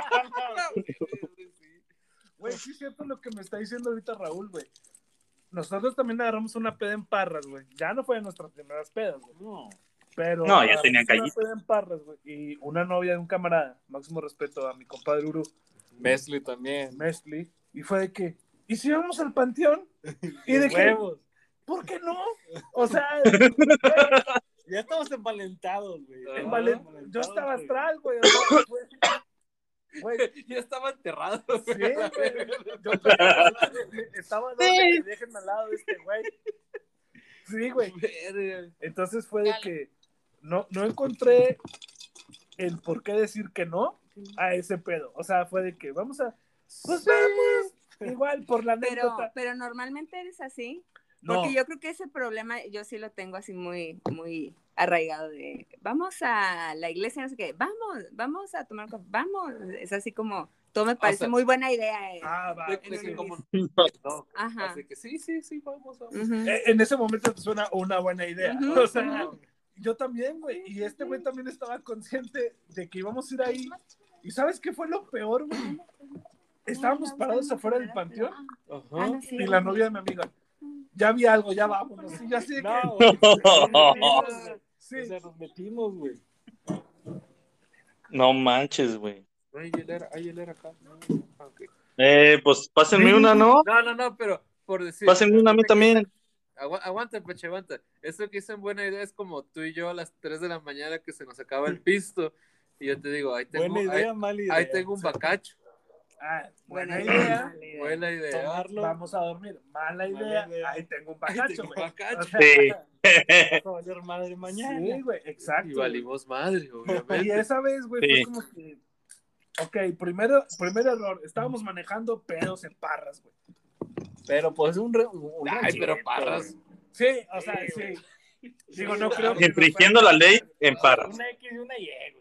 Güey, sí es cierto lo que me está diciendo ahorita Raúl, güey. Nosotros también agarramos una peda en Parras, güey. Ya no fue de nuestras primeras pedas, güey. No. Pero No, ya agarramos tenían una callito. peda en Parras, güey. Y una novia de un camarada, máximo respeto a mi compadre Uru, Mesli también. Mesli. Y fue de que, ¿y si vamos al panteón? Y de Los que, huevos. ¿por qué no? O sea, Ya estamos envalentados, güey. Ah, en Valen- Envalentados, yo estaba güey. astral, güey. O sea, fue- güey, Ya estaba enterrado. sí, güey. Yo estaba dos de que déjenme al lado de este güey. Sí, güey. Verga. Entonces fue de que no, no encontré el por qué decir que no a ese pedo. O sea, fue de que vamos a, pues vamos, igual por la Pero, anécdota. pero normalmente eres así. No, Porque yo creo que ese problema yo sí lo tengo así muy, muy arraigado de vamos a la iglesia, no sé qué, vamos, vamos a tomar café, vamos. Es así como, todo me parece sea, muy buena idea. eh. ah, va. De, de que como... Ajá. Así que sí, sí, sí, vamos, vamos. Ujú. Eh, En ese momento te suena una buena idea. Ujú, O sea, ujú. yo también, güey. Y este güey también estaba consciente de que íbamos a ir ahí. ¿Y sabes qué fue lo peor, güey? Estábamos parados afuera del panteón Ah, Ajá. no, sí. y la novia de mi amiga, ya vi algo, ya vámonos. Y yo así de que, No, güey. sí. O sea, nos metimos, güey. No manches, güey. Ay, él era, ay, él era acá. Ah, ok. Eh, pues pásenme una, ¿no? No, no, no, pero por decir. Pásenme una a mí también. Agu- aguanta, Peche, aguanta. Eso que dicen buena idea es como tú y yo a las tres de la mañana que se nos acaba el pisto. Y yo te digo, ahí tengo, Buena idea, ahí, mala idea. ahí tengo un bacacho. Ah, buena Buena idea. idea. Buena idea. Tomarlo. Vamos a dormir. Mala Mala idea. idea. Ahí tengo un Ahí bacacho, tengo un güey. bacacho. O sea, Sí. Vas a valer madre mañana. Sí, güey, exacto. Y güey. valimos madre, Y obviamente. esa vez, güey, Sí. fue como que. Ok, primero, primer error. Estábamos manejando pedos en Parras, güey. Pero pues un, re, un Ay, ranchito, pero Parras. güey. Sí, o sea, sí. Digo, no creo que. Infringiendo la ley en Parras. Una X y una Y, güey.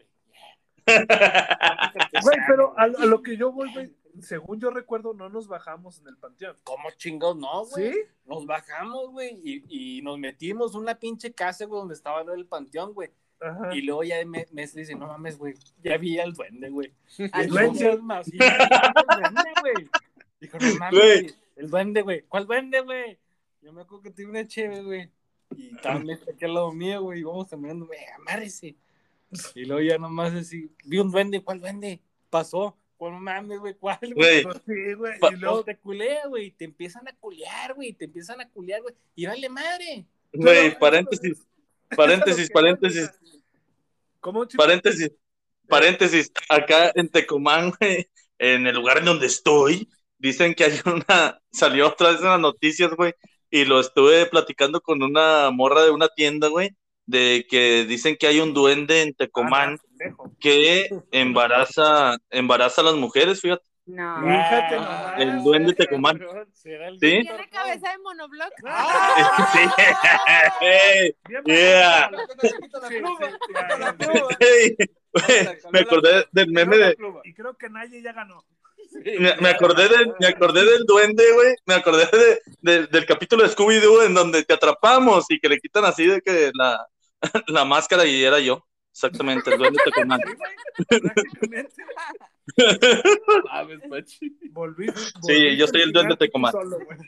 Güey, pero a, a lo que yo voy, güey, según yo recuerdo, no nos bajamos en el panteón. ¿Cómo chingados no, güey? ¿Sí? Nos bajamos, güey, y, y nos metimos en una pinche casa, güey, donde estaba lo del panteón, güey. Ajá. Y luego ya me, me dice, no mames, güey, ya vi al duende, güey. Al El duende. duende más, sí, el duende, güey. Dijo, no mames, Güey. güey, el duende, güey. ¿Cuál duende, güey? Yo me acuerdo que tenía una chévere, güey. Y también aquí al lado mío, güey, y vamos caminando, güey, amárrese. Y luego ya nomás así, vi un duende, ¿cuál duende? Pasó. ¿Cuál mames, güey? ¿Cuál, güey? Güey. Pues sí, güey. Pa- Y Luego luego, te culea, güey, te empiezan a culear, güey, te empiezan a culear, güey, y vale madre. Güey, paréntesis. Paréntesis, paréntesis. ¿Cómo, chico? Paréntesis. Paréntesis. Acá en Tecomán, güey, en el lugar en donde estoy, dicen que hay una. Salió otra vez en las noticias, güey. Y lo estuve platicando con una morra de una tienda, güey. De que dicen que hay un duende en Tecomán Ah, pendejo. que embaraza, embaraza a las mujeres, fíjate. No. Fíjate Ah, nomás. El duende Tecomán. Será el ¿Sí? duende ¿Tiene Torcón. cabeza de monobloc? Sí. Hey, Bien yeah. bajado. Quita la Sí, pluma, sí, quita ya, la ya. pluma. Hey, Cambió la- me cambió la acordé pluma. del meme Cambió la de. pluma. Y creo que Naye ya ganó. Sí, Me, me ya, acordé ya, de, ya. me acordé del duende, güey. Me acordé de, de- del capítulo de Scooby-Doo en donde te atrapamos y que le quitan así de que la, la máscara y era yo. Exactamente, el duende Tecomán. Sí, güey, prácticamente. Mames, Pachi. Volví, Sí, yo soy el duende Tecomán. solo, güey.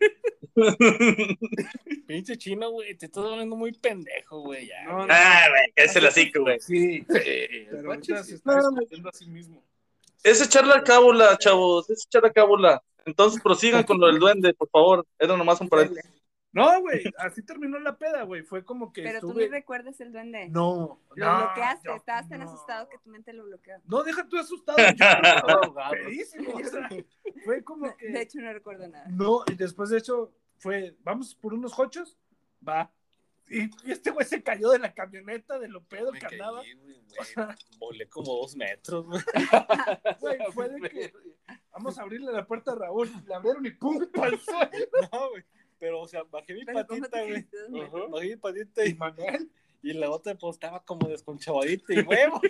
Pinche chino, güey, te estás volviendo muy pendejo, güey. Ya, No, no, Ah, güey, que se la cinco, güey. Sí, Sí, pero Pachi ahorita sí. se está No, no. discutiendo a sí mismo. Es echar la cábula, chavos. Es echar la cábula. Entonces prosigan con lo del duende, por favor. Era nomás un paréntesis. No, güey, así terminó la peda, güey. Fue como que Pero tú estuve... ni recuerdas el duende. No, Lo no, bloqueaste, yo- estabas tan no. asustado que tu mente lo bloqueó. No, deja tú asustado. Yo estaba Ahogado. pedísimo, o sea, fue como que... De hecho, no recuerdo nada. No, y después de hecho fue, vamos por unos hochos, va. Y, y este güey se cayó de la camioneta de lo pedo Me que andaba. caí, güey, güey. Volé como dos metros, güey. Güey, fue de que vamos a abrirle la puerta a Raúl. Le abrieron y pum, pa'l suelo. No, güey. Pero, o sea, bajé mi Pero ¿cómo patita, te güey. caíste dos metros? Ajá. Bajé mi patita Y y, Manuel, y la otra, pues, estaba como desconchavadita y huevos.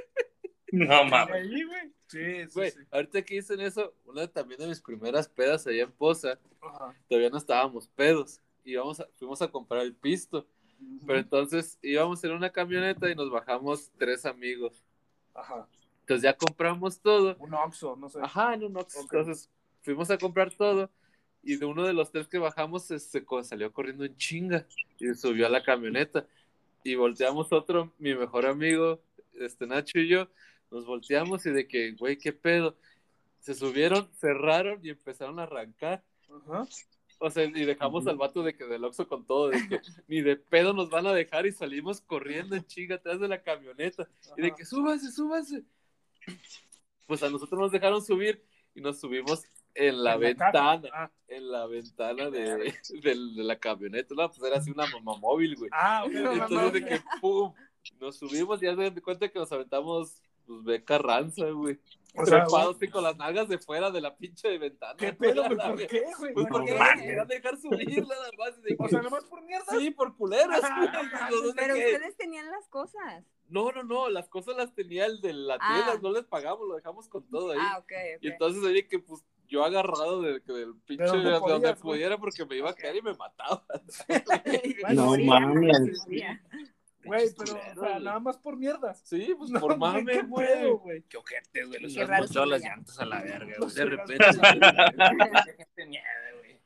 No mames. ahí, güey. Sí, sí, Güey, sí. ahorita que dicen eso, una también de mis primeras pedas allá en Poza, Ajá. todavía no estábamos pedos. Y vamos a- fuimos a comprar el pisto. Pero entonces íbamos en una camioneta y nos bajamos tres amigos. Ajá. Entonces ya compramos todo. Un Oxxo, no sé. Ajá, en un Oxxo. Ok. Entonces fuimos a comprar todo y de uno de los tres que bajamos se, se co- salió corriendo en chinga y se subió a la camioneta. Y volteamos otro, mi mejor amigo, este Nacho y yo, nos volteamos y de que, güey, ¿qué pedo? Se subieron, cerraron y empezaron a arrancar. Ajá. O sea, y dejamos al vato de que del Oxxo con todo, de que ni de pedo nos van a dejar y salimos corriendo en chinga atrás de la camioneta. Y de que súbase, súbase. Pues a nosotros nos dejaron subir y nos subimos en la En ventana, caja. Ah, en la ventana de, del- de la camioneta. No, pues era así una mamá móvil, güey. ah, ok. Entonces de que pum, nos subimos y ya se dan cuenta que nos aventamos, pues ve Carranza, güey. O sea, Trepados así con las nalgas de fuera de la pinche ventana. ¿qué pedo, güey? La ¿Por verga. qué, güey? Pues ¿Por porque qué? no nos querían dejar subir nada más. y de O que- sea, nomás por mierda. sí, por culeros, Ah, güey. no mames, Nosotros de Pero que- ustedes tenían las cosas. No, no, no, las cosas las tenía el de la Ah. tienda, no les pagamos, lo dejamos con todo ahí. Ah, ok, Y ok. entonces oye que pues yo agarrado de, que del pinche De donde de donde podías, güey. pudiera porque me iba a caer y me mataba. No Moría, mames. moría. Güey, pero, o culeros, sea, güey. nada más por mierdas. Sí, pues No, por güey, mame, qué güey. pedo, güey. Qué ojete, güey. Los Qué has raro mochado se las veía. llantas a la verga, güey. Los De has repente. mochado. Gente mierda, güey.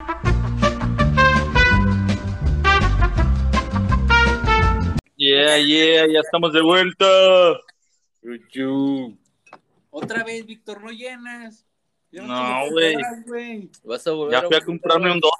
Yeah, yeah, ya estamos de vuelta. Yuyu. Otra vez, Víctor, no llenas. Ya No, te lo güey. compras, güey. Vas a volver Ya fui a vomitar, comprarme un dos.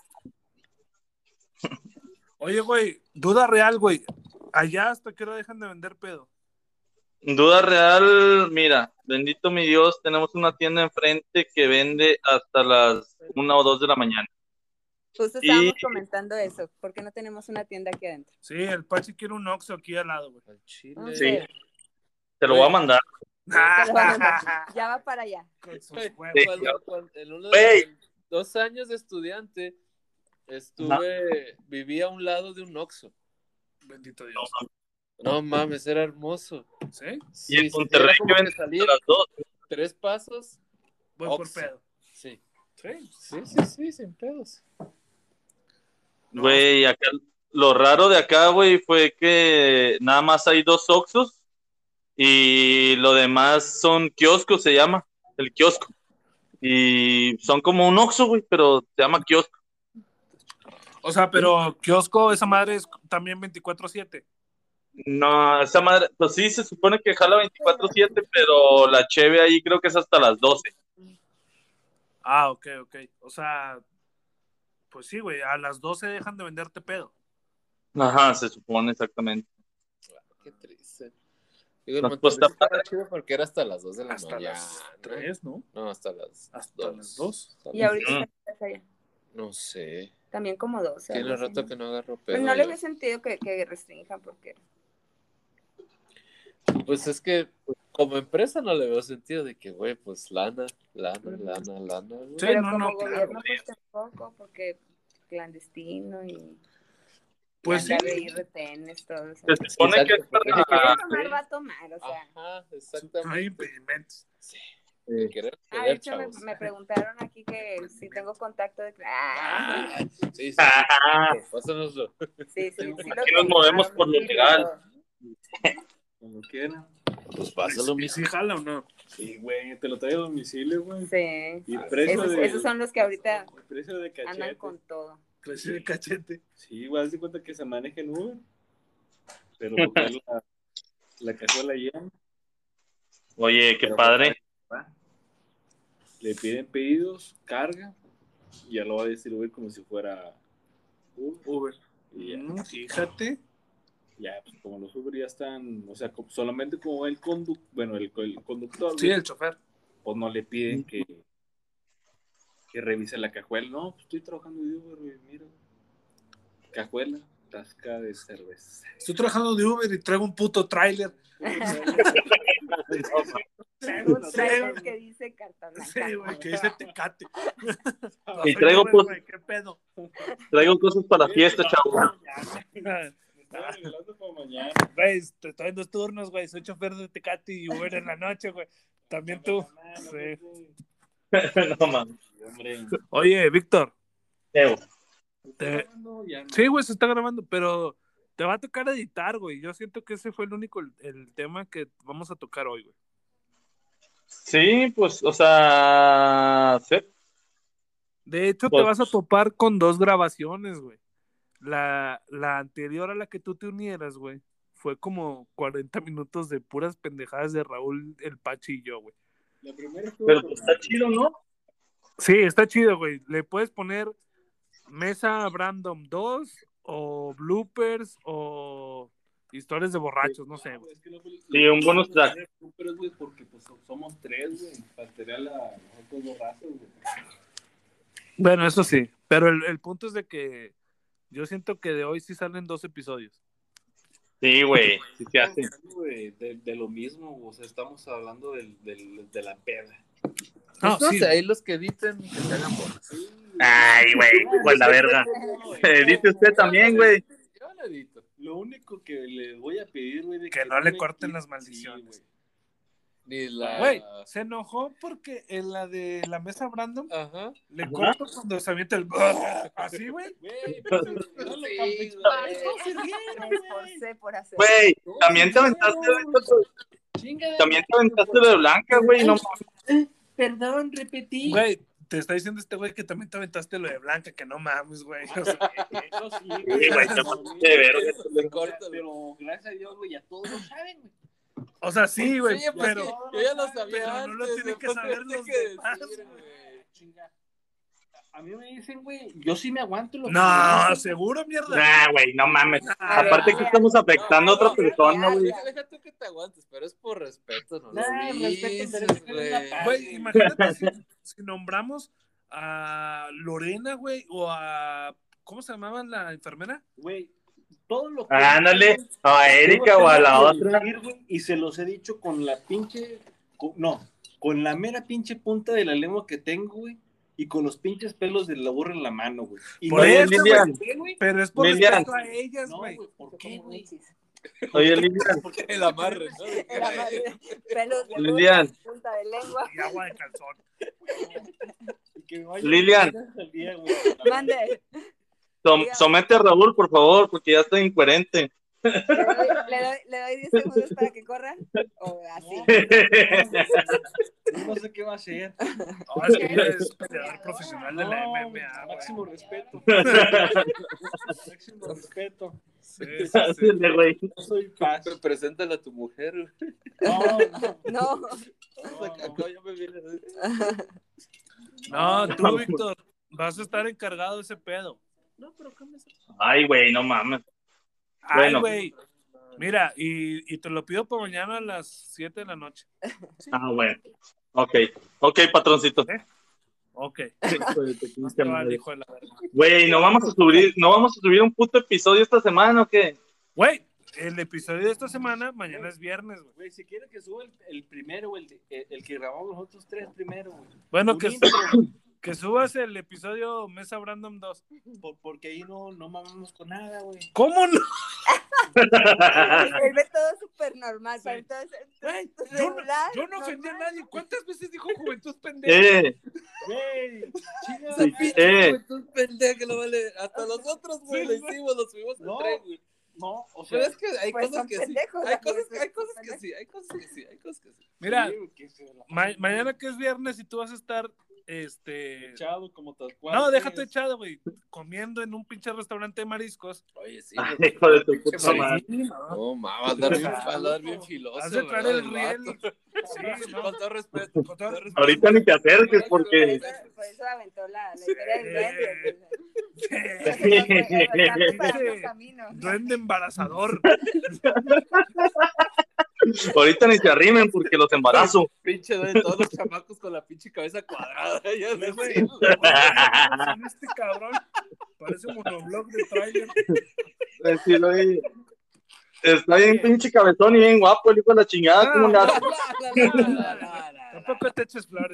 Oye, güey, duda real, güey. Allá hasta que hora dejan de vender pedo. Duda real, mira, bendito mi Dios, tenemos una tienda enfrente que vende hasta las una o dos de la mañana. Justo Y- estábamos comentando eso. ¿Por qué no tenemos una tienda aquí adentro? Sí, el Pachi quiere un Oxxo aquí al lado, güey. Al chile. No Sí. sé. Te lo voy a mandar. Ya va- Ya va para allá. Con sus Güey, huevos. Sí. cuando- cuando- en uno Güey. de dos años de estudiante estuve, vivía a un lado de un Oxxo. Bendito Dios. No mames, era hermoso. ¿Sí? Y en Sí, sí, Monterrey era que como vende que salir hasta las dos. tres pasos. Voy por Oxxo. pedo. Sí. Sí. Sí, sí, sí, sin pedos. No. Güey, acá, lo raro de acá, güey, fue que nada más hay dos Oxxos y lo demás son kioscos, se llama, el kiosco. Y son como un Oxxo, güey, pero se llama kiosco. O sea, pero kiosco, esa madre es también veinticuatro siete. No, esa madre, pues sí, se supone que jala veinticuatro siete, pero la cheve ahí creo que es hasta las doce. Ah, ok, ok. O sea, pues sí, güey, a las doce dejan de venderte pedo. Ajá, se supone exactamente. Qué triste. Digo, el Nos Monterrey cuesta estaba pagar. chido porque era hasta las dos de la Hasta mañana. las tres, ¿no? No, hasta las Hasta dos. las dos. Hasta Y las- ahorita Ujú. está allá. No sé. También como doce. Tiene algo así, rato ¿no? que no agarro pedo. Pues no le yo. veo sentido que, que restrinjan porque Pues es que como empresa no le veo sentido de que, güey, pues lana, lana, lana, lana. Güey. Sí, Pero no, como no, gobierno, claro. pues tampoco, porque clandestino y, Pues y andar sí. de ir retenes, todo eso. Se supone que es Exacto, porque para... si quieres- Tomar va a tomar, o sea. Ajá, No hay exactamente. impedimentos. Sí. De querer, Ah, de querer, hecho, me, chavos. me preguntaron aquí que si tengo contacto de... Ah, Ah, sí, sí, sí. Ah, Pásanoslo. sí, sí, sí, lo aquí nos tengo, movemos a por lo domicilio y legal. todo. Cuando quieran. Pues pásalo, mi ¿Sí jala o no? Sí, güey, te lo traigo a domicilio, güey. Sí. Y precio Esos, de... esos son los que ahorita el precio de cachete. andan con todo. Precio de cachete. Sí, güey, haz de cuenta que se maneja en Uber. Pero porque la, la cajuela llena. Oye, qué Pero padre. pues, le piden pedidos, carga, y ya lo va a distribuir como si fuera Uber. Uber. Y ya, Mm, fíjate. ya, pues como los Uber ya están, o sea, co- solamente como el conductor, bueno, el, el conductor, Sí, güey, el chofer. pues no le piden que, que revise la cajuela. No, pues estoy trabajando de Uber, güey, mira. Cajuela, tasca de cerveza. Estoy trabajando de Uber y traigo un puto tráiler. Un trailer que dice carta blanca. Sí, güey, que dice Tecate. Y traigo, Uber, pues, güey, ¿qué pedo? traigo cosas para la fiesta, chavo. Me estoy arreglando para mañana. Güey, te estoy en dos turnos, güey. Soy chofer de Tecate y Uber en la noche, güey. También tú. Sí. No mames. Hombre, Oye, Víctor. Ew. Te... no, ya no. Sí, güey, se está grabando, pero te va a tocar editar, güey. Yo siento que ese fue el único el, el tema que vamos a tocar hoy, güey. Sí, pues, o sea, sí. De hecho, Pues- te vas a topar con dos grabaciones, güey. La, la anterior a la que tú te unieras, güey, fue como cuarenta minutos de puras pendejadas de Raúl, el Pachi y yo, güey. La primera estuvo Pero con pues está chido, ¿no? Sí, está chido, güey. Le puedes poner Mesa Random dos o bloopers o historias de borrachos, no sé, güey. Es que lo- lo- Sí, un bonus track. Pero es, güey, porque pues somos tres, güey. Material a nosotros dos razas, güey. Bueno, eso sí, pero el, el punto es de que yo siento que de hoy sí salen dos episodios. Sí, güey, sí se hace. Güey, de, de lo mismo, o sea, estamos hablando del, del, de la peda. No, Pues no sí. sé, ahí los que editen, que se hagan bolas. Ay, güey, pues la verga. Edite usted también, güey. Yo lo edito. Lo único que le voy a pedir, güey, de Que no le me corten quite- las maldiciones. Sí, Ni la... Güey, se enojó porque en la de la mesa Brandon Ajá. le Ajá. corto cuando se avienta el así, güey. güey, pues, no lo Sí, campechanees, güey. no se Me rieron, güey. esforcé por hacer. Güey, también te aventaste, Chingada. también te aventaste de blanca, güey, no mames. Perdón, repetí. Güey, te está diciendo este güey que también te aventaste lo de Blanca, que no mames, güey. O sea, Eso sí, Sí, güey, te pasaste de verga. Pero, pero gracias a Dios, güey, ya todos lo saben, güey. o sea, sí, güey, Sí, pues pero que yo ya lo sabía pero no lo antes, tienen que después saber tenía los que demás, decir, güey. güey. Chinga. A mí me dicen, güey, yo sí me aguanto lo que me no, dicen. seguro, mierda. Nah, güey, no mames. A ver, Aparte que mira. estamos afectando a otra No, persona, no, güey. deja, deja tú que te aguantes, pero es por respeto, no lo Nah, respeto, dices, pero es que güey. es la paz. Güey, imagínate si, si nombramos a Lorena, güey, o a ¿cómo se llamaba la enfermera? Güey, todo lo que... Ándale, a Erika Tengo o a la que otra. decir, güey, y se los he dicho con la pinche... con- no, con la mera pinche punta de la lengua que tengo, güey, y con los pinches pelos de la burra en la mano, güey. Y Por no Oye, eso, sé Lilian. por qué, güey. Pero es por Lilian. respeto a ellas, No, güey. güey, ¿por qué, Como güey? michis. Oye, Lilian, El amarre, ¿no? El amarre, pelos de Lilian. burra, punta de lengua. Y agua de calzón. Y que vaya Lilian. al día, güey. Mande. som- somete a Raúl, por favor, porque ya está incoherente. ¿Le doy, le doy, le doy diez segundos para que corra? O así. Yo no sé qué va a hacer. No, es que ella es peleador profesional de la No, M M A, güey. máximo respeto. Máximo respeto. Sí, sí, sí. Ándale, güey. Yo soy paz. Pre- Preséntala a tu mujer, güey. No, no, No. no, Acá ya me viene. No, tú, Víctor, vas a estar encargado de ese pedo. no, pero ¿qué me hace? Ay, güey, no mames. Ay, Bueno. güey. Mira, y, y te lo pido para mañana a las siete de la noche. Ah, bueno. Ok, ok, patroncito. Ok. Hijo de tu No pinche te va, madre. hijo de la verga. Güey, ¿no vamos a subir, no vamos a subir un puto episodio esta semana o qué? Güey, el episodio de esta semana, mañana es viernes, güey. Güey, si quieren que suba el, el primero, el, el, el que grabamos nosotros tres primero, güey. Bueno, Un que, intro, güey. que subas el episodio Mesa Brandom dos. Por- porque ahí no, no mamamos con nada, güey. ¿Cómo no? Él ve todo súper normal, Sí. pero entonces Güey, yo, no- regular. yo no ofendí a normal. nadie. ¿Cuántas veces dijo juventud pendeja? Eh, Güey, chinga, Esa Sí, pinche eh. juventud pendeja que lo vale. Hasta nosotros, güey, Sí, lo güey. hicimos, lo subimos en No. tren, güey. no, o sea, Pero es que hay Pues cosas son que pendejos, sí. Hay la cosas, juventud hay es cosas que pendeja. sí, hay cosas que sí, hay cosas que sí. Mira, sí, güey, que se la- ma- mañana que es viernes y tú vas a estar, este... echado como tal cual. No, güey. déjate echado, güey. Comiendo en un pinche restaurante de mariscos. Oye, sí, Ay, güey. hijo de tu Pinche puta marisco. madre. ¿no? No, ma, va a andar bien, va a andar bien filoso. Has de traer ¿verdad, el el riel. vato? Sí, ¿no? Con todo respeto. Con todo respeto. Ahorita ni te acerques Por porque... eso, por eso aventó la, la historia del duende. Sí. Pues, eso no fue- eso está para otro camino. Duende embarazador. Ahorita ni te arrimen porque los embarazo. Pinche de todos los chamacos con la pinche cabeza cuadrada. Ya Güey, sé, güey, sí. güey, este cabrón parece monoblog de trailer. Decirlo ahí. Está bien pinche cabezón y bien guapo el hijo de la chingada. ¿Cómo le La, hace? la, la, la, la, la, la. Tampoco te eches flores.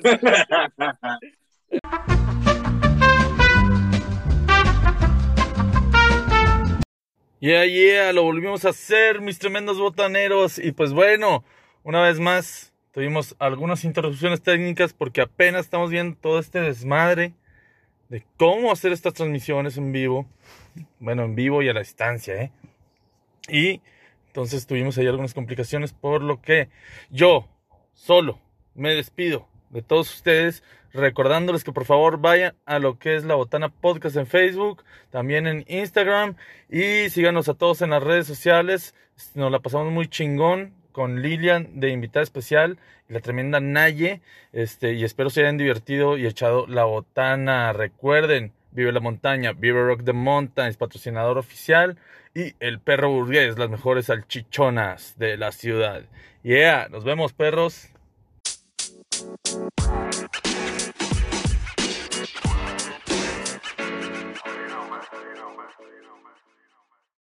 Yeah, yeah, lo volvimos a hacer, mis tremendos botaneros. Y pues bueno, una vez más, tuvimos algunas interrupciones técnicas porque apenas estamos viendo todo este desmadre de cómo hacer estas transmisiones en vivo. Bueno, en vivo y a la distancia, ¿eh? Y entonces tuvimos ahí algunas complicaciones, por lo que yo solo me despido de todos ustedes, recordándoles que por favor vayan a lo que es La Botana Podcast en Facebook, también en Instagram, y síganos a todos en las redes sociales. Nos la pasamos muy chingón con Lilian de invitada especial y la tremenda Naye, este, y espero se hayan divertido y echado la botana. Recuerden, vive la montaña, vive Rock the Mountains, patrocinador oficial, y el Perro Burgués, las mejores salchichonas de la ciudad. Yeah, nos vemos, perros.